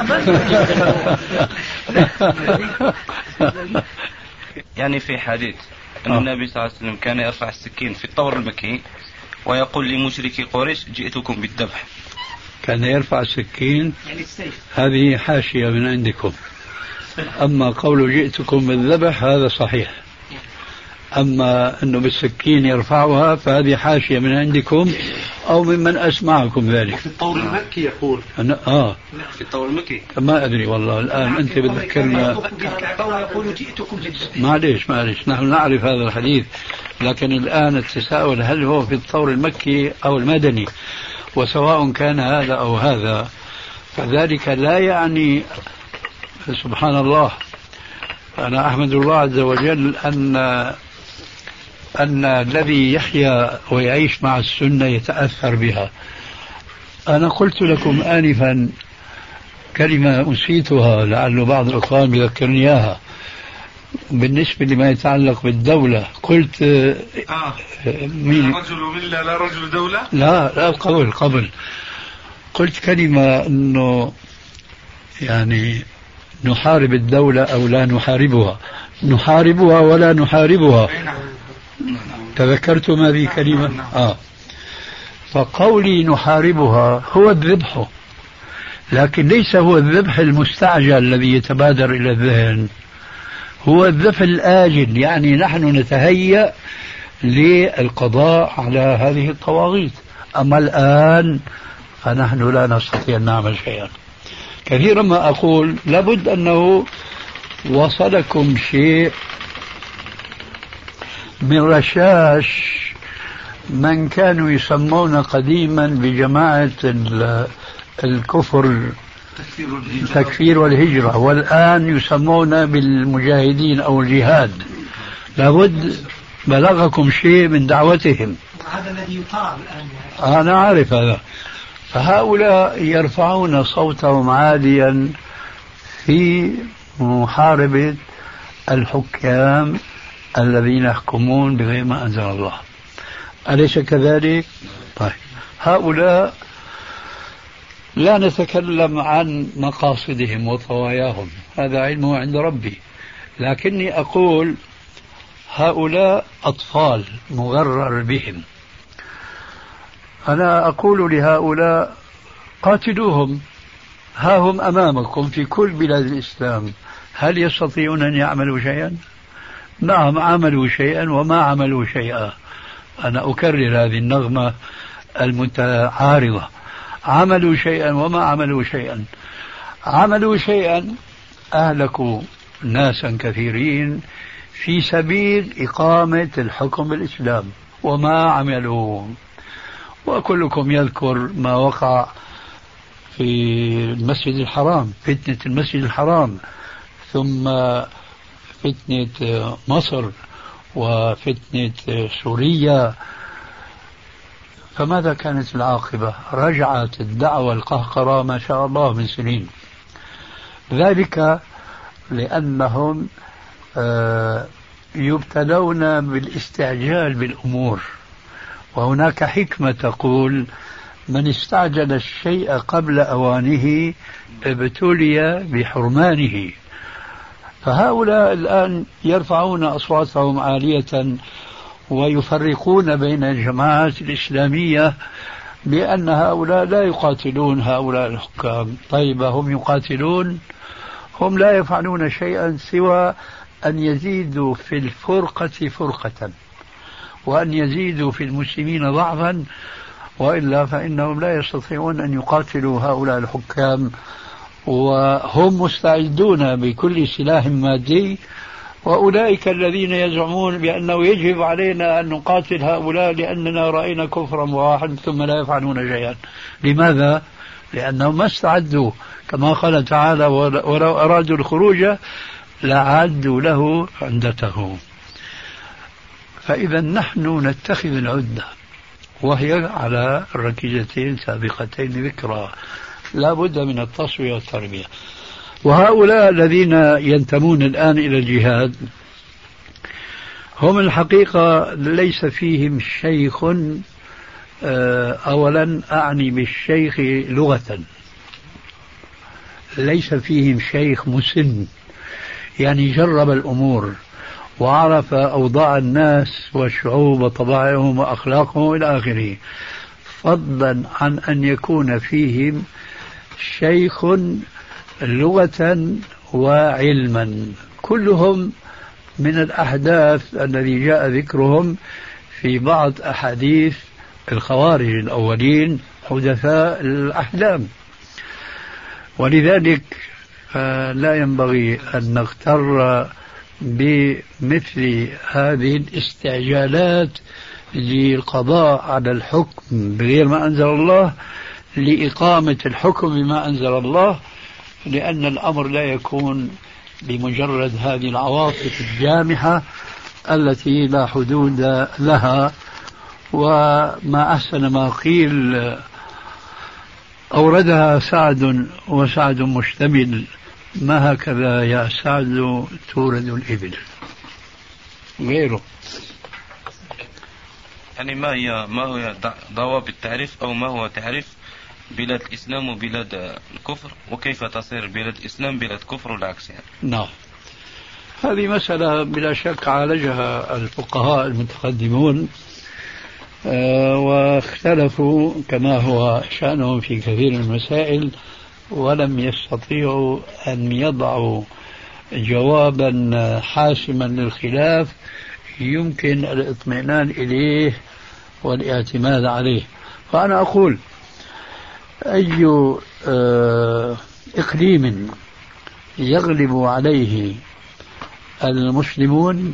Speaker 6: يعني في حديث أن النبي صلى الله عليه وسلم كان يرفع السكين في الطور المكي ويقول لمشركي قريش جئتكم بالذبح.
Speaker 3: كان يرفع السكين، هذه حاشية من عندكم. أما قول جئتكم بالذبح هذا صحيح. أما أنه بالسكين يرفعها فهذه حاشية من عندكم أو ممن أسمعكم ذلك.
Speaker 4: في الطور المكي يقول.
Speaker 6: في الطور المكي.
Speaker 3: ما أدري والله الآن أنت بتذكرنا. معليش نحن نعرف هذا الحديث، لكن الآن التساؤل هل هو في الطور المكي أو المدني، وسواء كان هذا أو هذا فذلك لا يعني. سبحان الله، أنا أحمد الله عز وجل أن الذي يحيا ويعيش مع السنة يتأثر بها. أنا قلت لكم آنفا كلمة أنسيتها لعل بعض الإخوان يذكرني إياها بالنسبة لما يتعلق بالدولة. قلت
Speaker 4: مين؟ رجل ملة لا رجل دولة.
Speaker 3: لا قبل قلت كلمة أنه يعني نحارب الدولة أو لا نحاربها، نحاربها ولا نحاربها. تذكرتم هذه كلمة؟ فقولي نحاربها هو الذبح، لكن ليس هو الذبح المستعجل الذي يتبادر إلى الذهن، هو الذبح الآجل. يعني نحن نتهيأ للقضاء على هذه الطواغيت. أما الآن فنحن لا نستطيع أن نعمل شيئا. كثيرا ما أقول لابد أنه وصلكم شيء من رشاش من كانوا يسمون قديما بجماعة الكفر تكفير والهجرة، والآن يسمون بالمجاهدين أو الجهاد. لابد بلغكم شيء من دعوتهم.
Speaker 7: هذا الذي يطاع الآن.
Speaker 3: أنا عارف هذا. فهؤلاء يرفعون صوتهم عاليا في محاربة الحكام الذين يحكمون بغير ما أنزل الله. أليس كذلك؟ طيب، هؤلاء لا نتكلم عن مقاصدهم وطواياهم، هذا علمه عند ربي، لكني أقول هؤلاء أطفال مغرر بهم. أنا أقول لهؤلاء قاتلوهم، ها هم أمامكم في كل بلاد الإسلام. هل يستطيعون أن يعملوا شيئا؟ نعم، عملوا شيئا وما عملوا شيئا. أنا أكرر هذه النغمة المتعارضة. عملوا شيئا وما عملوا شيئا. عملوا شيئا، أهلكوا ناسا كثيرين في سبيل إقامة الحكم بالإسلام، وما عملوا. وكلكم يذكر ما وقع في المسجد الحرام، فتنة المسجد الحرام، ثم فتنة مصر وفتنة سوريا. فماذا كانت العاقبة؟ رجعت الدعوة القهقرة ما شاء الله من سنين. ذلك لأنهم يبتلون بالاستعجال بالأمور، وهناك حكمة تقول من استعجل الشيء قبل أوانه ابتلي بحرمانه. فهؤلاء الآن يرفعون أصواتهم عالية ويفرقون بين الجماعات الإسلامية بأن هؤلاء لا يقاتلون هؤلاء الحكام. طيب، هم يقاتلون، هم لا يفعلون شيئا سوى أن يزيدوا في الفرقة فرقة، وأن يزيدوا في المسلمين ضعفا، وإلا فإنهم لا يستطيعون أن يقاتلوا هؤلاء الحكام، وهم مستعدون بكل سلاح مادي. وأولئك الذين يزعمون بأنه يجب علينا أن نقاتل هؤلاء لأننا رأينا كفرا واحد ثم لا يفعلون شيئا. لماذا؟ لأنهم ما استعدوا كما قال تعالى ولو أرادوا الخروج لعدوا له عدته. فإذا نحن نتخذ العدة وهي على الركيزتين سابقتين ذكرى، لا بد من التصفية والتربية. وهؤلاء الذين ينتمون الآن إلى الجهاد هم الحقيقة ليس فيهم شيخ، أولا أعني بالشيخ لغة، ليس فيهم شيخ مسن يعني جرب الأمور وعرف أوضاع الناس والشعوب وطبائعهم وأخلاقهم إلى آخره، فضلا عن أن يكون فيهم شيخ لغة وعلما. كلهم من الأحداث الذي جاء ذكرهم في بعض أحاديث الخوارج الأولين حدثاء الأحلام. ولذلك لا ينبغي أن نغتر بمثل هذه الاستعجالات للقضاء على الحكم بغير ما أنزل الله لإقامة الحكم بما أنزل الله، لأن الأمر لا يكون بمجرد هذه العواطف الجامحة التي لا حدود لها. وما أحسن ما قيل أوردها سعد وسعد مشتمل، ما هكذا يا سعد تورد الإبل غيره.
Speaker 6: يعني ما هو ضوابط التعريف أو ما هو تعريف بلاد الإسلام وبلاد الكفر، وكيف تصير بلاد الإسلام بلاد كفر والعكس يعني؟
Speaker 3: نعم، هذه مسألة بلا شك عالجها الفقهاء المتقدمون واختلفوا كما هو شأنهم في كثير من المسائل، ولم يستطيعوا أن يضعوا جوابا حاسما للخلاف يمكن الاطمئنان إليه والاعتماد عليه. فأنا أقول أي إقليم يغلب عليه المسلمون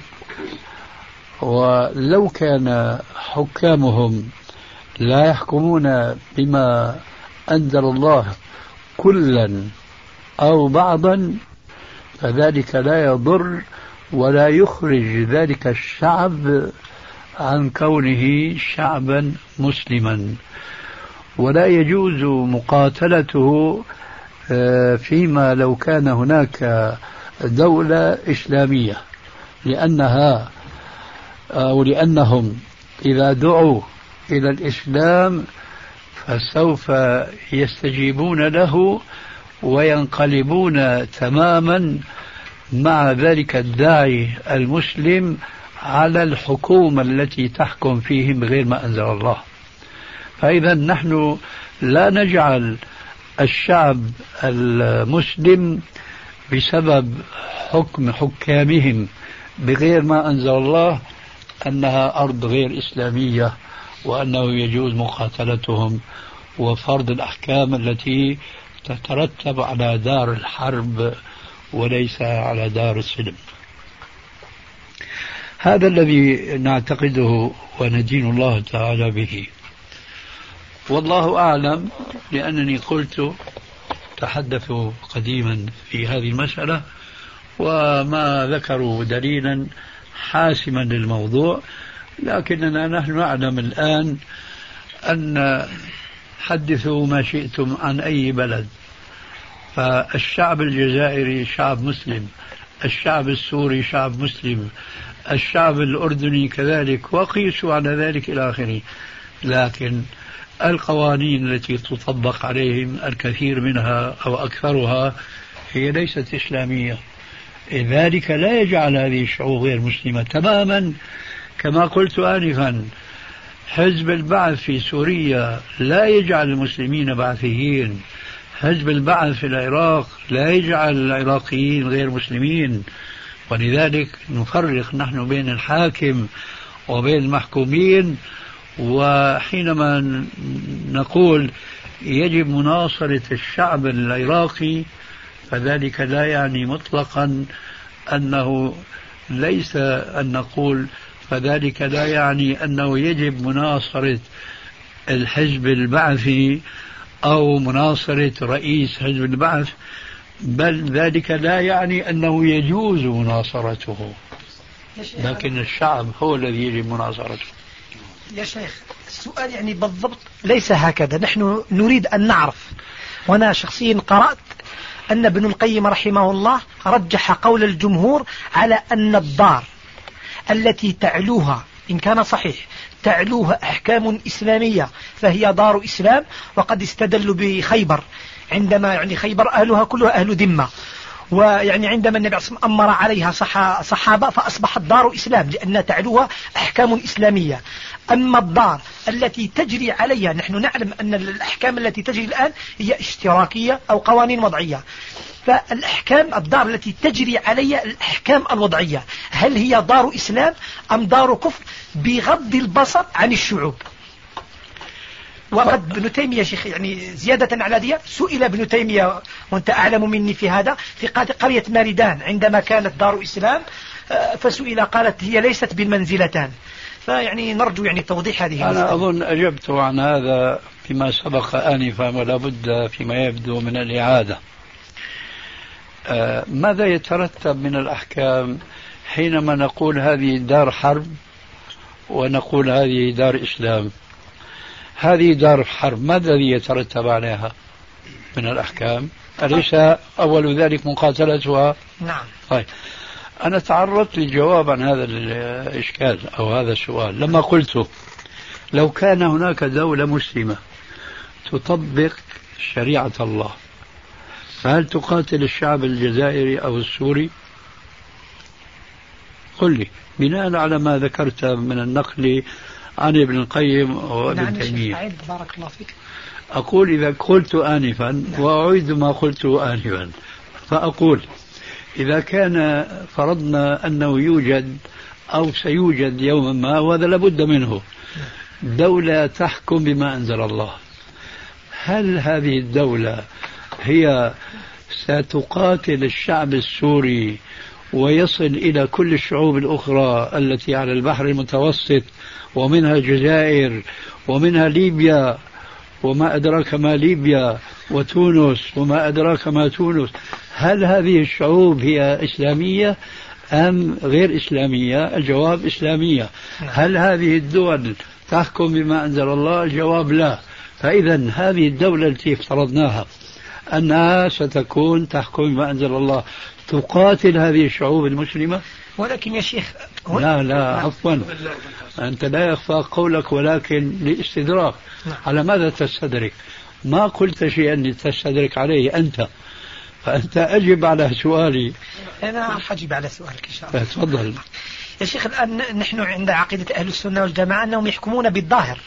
Speaker 3: ولو كان حكامهم لا يحكمون بما أنزل الله كلا أو بعضا فذلك لا يضر ولا يخرج ذلك الشعب عن كونه شعبا مسلما، ولا يجوز مقاتلته فيما لو كان هناك دولة إسلامية، لأنها أو لأنهم إذا دعوا إلى الإسلام فسوف يستجيبون له وينقلبون تماما مع ذلك الداعي المسلم على الحكومة التي تحكم فيهم بغير ما أنزل الله. فإذا نحن لا نجعل الشعب المسلم بسبب حكم حكامهم بغير ما أنزل الله أنها أرض غير إسلامية وأنه يجوز مقاتلتهم وفرض الأحكام التي تترتب على دار الحرب وليس على دار السلم. هذا الذي نعتقده وندين الله تعالى به، والله أعلم، لأنني قلت تحدثوا قديما في هذه المسألة وما ذكروا دليلا حاسما للموضوع، لكننا نحن نعلم الآن أن حدثوا ما شئتم عن أي بلد، فالشعب الجزائري شعب مسلم، الشعب السوري شعب مسلم، الشعب الأردني كذلك، وقيسوا على ذلك إلى آخره. لكن القوانين التي تطبق عليهم الكثير منها أو أكثرها هي ليست إسلامية، ذلك لا يجعل هذه الشعوب غير مسلمة تماما. كما قلت آنفا، حزب البعث في سوريا لا يجعل المسلمين بعثيين، حزب البعث في العراق لا يجعل العراقيين غير مسلمين، ولذلك نفرق نحن بين الحاكم وبين المحكومين. وحينما نقول يجب مناصرة الشعب العراقي فذلك لا يعني مطلقا أنه ليس أن نقول فذلك لا يعني أنه يجب مناصرة الحزب البعثي أو مناصرة رئيس حزب البعث، بل ذلك لا يعني أنه يجوز مناصرته، لكن الشعب هو الذي يجب مناصرته.
Speaker 7: يا شيخ السؤال يعني بالضبط ليس هكذا، نحن نريد أن نعرف، وأنا شخصيا قرأت أن ابن القيم رحمه الله رجح قول الجمهور على أن الدار التي تعلوها إن كان صحيح تعلوها أحكام إسلامية فهي دار إسلام، وقد استدلوا بخيبر عندما يعني خيبر أهلها كلها أهل ذمة، ويعني عندما النبي صلى الله عليه وسلم أمر عليها صحابة فأصبحت دار إسلام لأن تعلوها أحكام إسلامية. أما الدار التي تجري عليها، نحن نعلم أن الأحكام التي تجري الآن هي اشتراكية أو قوانين وضعية، فالأحكام الدار التي تجري عليها الأحكام الوضعية هل هي دار إسلام أم دار كفر بغض البصر عن الشعوب؟ وقد ابن تيمية شيخ يعني زيادة على دي سئل ابن تيمية وانت أعلم مني في هذا في قرية ماردان عندما كانت دار إسلام، فسئل قالت هي ليست بالمنزلتان، فيعني نرجو يعني توضيح هذه.
Speaker 3: أنا أظن أجبت عن هذا فيما سبق آنفا ولا بد فيما يبدو من الإعادة. ماذا يترتب من الأحكام حينما نقول هذه دار حرب ونقول هذه دار إسلام؟ هذه دار حرب ماذا الذي يترتب عليها من الأحكام؟ أليس أول ذلك مقاتلتها؟
Speaker 7: نعم.
Speaker 3: طيب أنا تعرضت للجواب عن هذا الإشكال أو هذا السؤال لما قلت لو كان هناك دولة مسلمة تطبق شريعة الله فهل تقاتل الشعب الجزائري أو السوري؟ قل لي بناء على ما ذكرت من النقل عن ابن القيم وابن تيمية.
Speaker 7: بارك الله فيك.
Speaker 3: أقول إذا قلت آنفا وأعيد ما قلت آنفا، فأقول إذا كان فرضنا أنه يوجد أو سيوجد يوما ما وهذا لابد منه دولة تحكم بما أنزل الله، هل هذه الدولة هي ستقاتل الشعب السوري ويصل إلى كل الشعوب الأخرى التي على البحر المتوسط ومنها الجزائر ومنها ليبيا وما أدراك ما ليبيا وتونس وما أدراك ما تونس؟ هل هذه الشعوب هي إسلامية أم غير إسلامية؟ الجواب إسلامية. هل هذه الدول تحكم بما أنزل الله؟ الجواب لا. فإذا هذه الدولة التي افترضناها أنها ستكون تحكم بما أنزل الله تقاتل هذه الشعوب المسلمة؟
Speaker 7: ولكن يا شيخ
Speaker 3: لا عفوا، أنت لا يخفى قولك ولكن لاستدراك. على ماذا تستدرك؟ ما قلت شيئا تستدرك عليه أنت، فأنت أجب على سؤالي.
Speaker 7: أنا أجيب على سؤالك إن شاء الله.
Speaker 3: تفضل
Speaker 7: يا شيخ. الآن نحن عند عقيدة أهل السنة والجماعة أنهم يحكمون بالظاهر.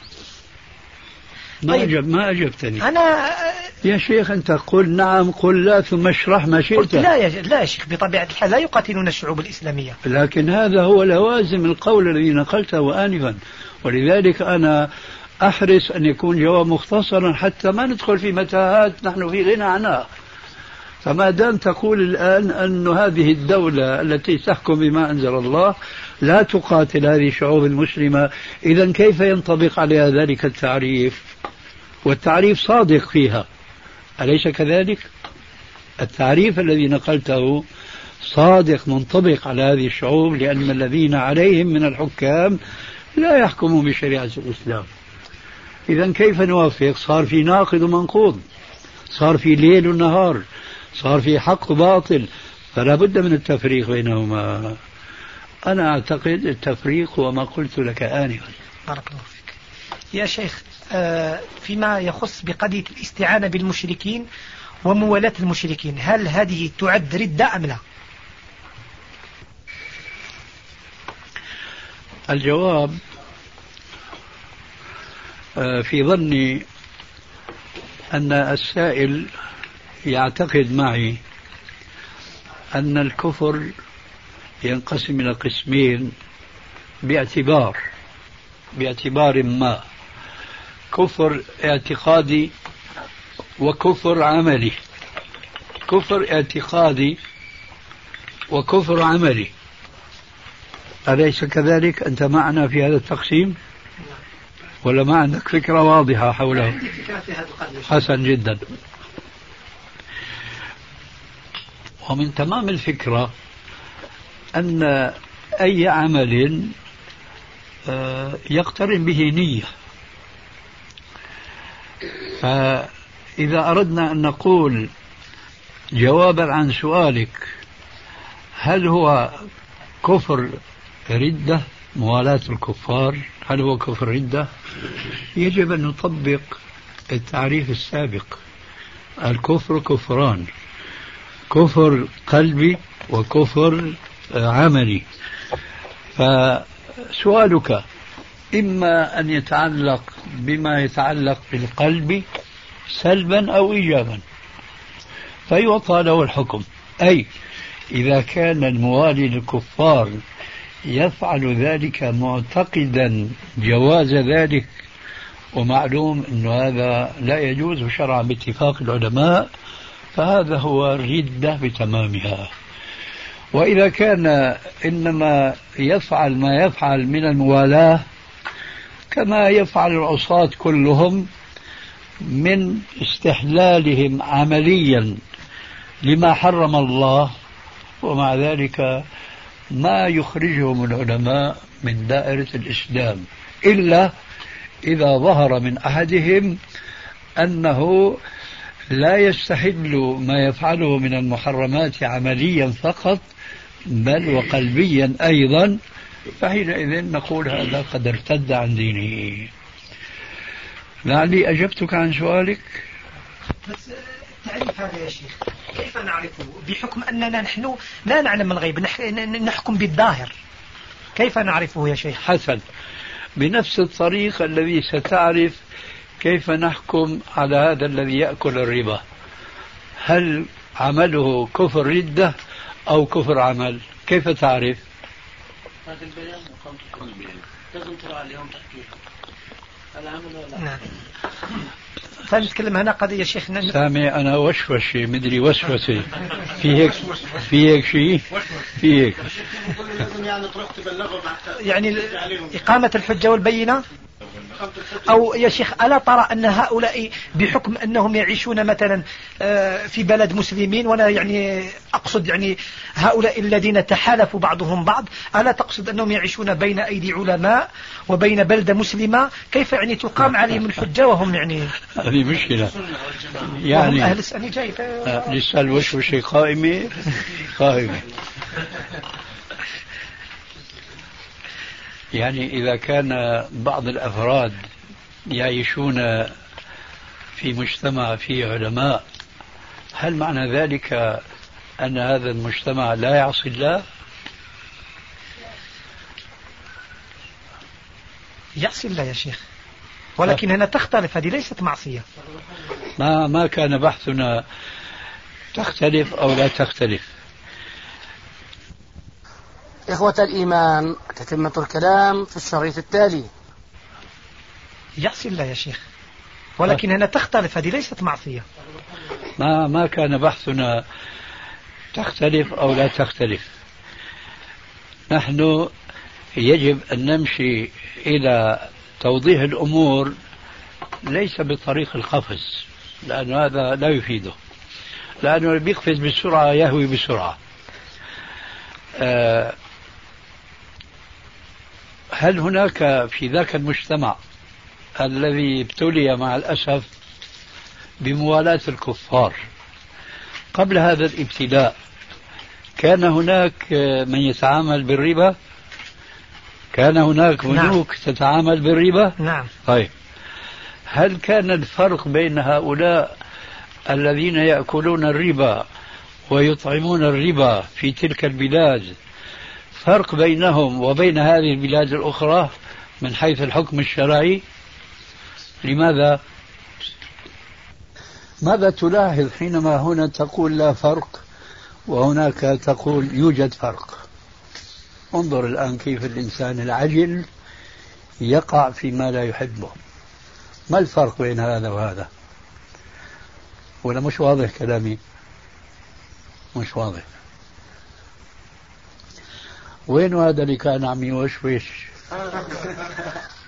Speaker 3: ما أجبتني.
Speaker 7: أنا
Speaker 3: يا شيخ أنت قل نعم قل لا ثم اشرح ما شئت.
Speaker 7: قلت لا يا شيخ بطبيعة الحال لا يقاتلون الشعوب الإسلامية،
Speaker 3: لكن هذا هو لوازم القول الذي نقلته آنفا، ولذلك أنا أحرص أن يكون جواب مختصرا حتى ما ندخل في متاهات نحن في غنى عنها. فما دام تقول الآن أن هذه الدولة التي تحكم بما أنزل الله لا تقاتل هذه الشعوب المسلمة، إذن كيف ينطبق عليها ذلك التعريف؟ والتعريف صادق فيها، أليس كذلك؟ التعريف الذي نقلته صادق منطبق على هذه الشعوب، لأن الذين عليهم من الحكام لا يحكمون بشريعة الإسلام. إذن كيف نوافق؟ صار في ناقض ومنقوض، صار في ليل ونهار، صار في حق وباطل، فلا بد من التفريق بينهما. أنا أعتقد التفريق هو ما قلت لك آنفا.
Speaker 7: بارك الله فيك يا شيخ. فيما يخص بقضية الاستعانة بالمشركين وموالاة المشركين، هل هذه تعد ردة أم لا؟
Speaker 3: الجواب في ظني أن السائل يعتقد معي أن الكفر ينقسم إلى قسمين باعتبار ما: كفر اعتقادي وكفر عملي. كفر اعتقادي وكفر عملي، أليس كذلك؟ أنت معنا في هذا التقسيم؟ ولا ما عندك فكرة واضحة حوله؟
Speaker 7: عندي فكرة في هذا القضية.
Speaker 3: حسن جدا. ومن تمام الفكرة أن أي عمل يقترن به نية. فإذا أردنا أن نقول جوابا عن سؤالك هل هو كفر ردة، موالاة الكفار، هل هو كفر ردة؟ يجب أن نطبق التعريف السابق. الكفر كفران: كفر قلبي وكفر عملي. فسؤالك إما أن يتعلق بما يتعلق بالقلب سلبا أو إيجابا، فيعطى له الحكم. أي إذا كان الموالي للكفار يفعل ذلك معتقدا جواز ذلك، ومعلوم أن هذا لا يجوز شرعا باتفاق العلماء، فهذا هو الردة بتمامها. وإذا كان إنما يفعل ما يفعل من الموالاة كما يفعل العصاة كلهم من استحلالهم عمليا لما حرم الله، ومع ذلك ما يخرجهم العلماء من دائرة الإسلام إلا إذا ظهر من أحدهم أنه لا يستحل ما يفعله من المحرمات عمليا فقط بل وقلبيا أيضا، فحينئذ نقول هذا قد ارتد عن دينه. لعلي أجبتك عن سؤالك.
Speaker 7: بس التعريف هذا يا شيخ كيف نعرفه بحكم أننا نحن لا نعلم الغيب، نحكم بالظاهر، كيف نعرفه يا شيخ؟
Speaker 3: حسن، بنفس الطريقة الذي ستعرف كيف نحكم على هذا الذي يأكل الربا، هل عمله كفر ردة أو كفر عمل؟ كيف تعرف؟
Speaker 8: هذا البيان وقامة البيان لازم ترى عليهم تحقيق العمل ولا
Speaker 7: نعم. فنتكلم هنا قضية شيخ
Speaker 3: سامي أنا وشوشي مدري وسوسي في هيك شيء في هيك
Speaker 8: يعني تروح تبلغه
Speaker 7: يعني إقامة الحجة والبينة. أو يا شيخ ألا ترى أن هؤلاء بحكم أنهم يعيشون مثلا في بلد مسلمين، وأنا يعني أقصد يعني هؤلاء الذين تحالفوا بعضهم بعض، ألا تقصد أنهم يعيشون بين أيدي علماء وبين بلدة مسلمة، كيف يعني تقام عليهم الحجة وهم يعني
Speaker 3: هذه مشكلة يعني
Speaker 7: أهل السنة جاي
Speaker 3: لسه الوشوشة قائمة. يعني إذا كان بعض الأفراد يعيشون في مجتمع فيه علماء، هل معنى ذلك أن هذا المجتمع لا يعصي الله؟
Speaker 7: يعصي الله يا شيخ، ولكن هنا تختلف، هذه ليست معصية.
Speaker 3: ما كان بحثنا تختلف أو لا تختلف.
Speaker 8: إخوة الإيمان، تتمة الكلام في الشريط التالي.
Speaker 7: يعصي الله يا شيخ، ولكن هنا تختلف، هذه ليست معصية.
Speaker 3: ما كان بحثنا تختلف أو لا تختلف. نحن يجب أن نمشي إلى توضيح الأمور ليس بطريق القفز، لأن هذا لا يفيده، لأنه اللي بيقفز بسرعة يهوي بسرعة. هل هناك في ذاك المجتمع الذي ابتلي مع الأسف بموالاة الكفار قبل هذا الابتلاء كان هناك من يتعامل بالربا؟ كان هناك بنوك تتعامل بالربا؟
Speaker 7: نعم.
Speaker 3: طيب، هل كان الفرق بين هؤلاء الذين يأكلون الربا ويطعمون الربا في تلك البلاد فرق بينهم وبين هذه البلاد الأخرى من حيث الحكم الشرعي؟ لماذا؟ ماذا تلاحظ حينما هنا تقول لا فرق وهناك تقول يوجد فرق؟ انظر الآن كيف الإنسان العجل يقع فيما لا يحبه. ما الفرق بين هذا وهذا؟ ولا مش واضح كلامي؟ مش واضح. وين هذا اللي كان عم يوشوش؟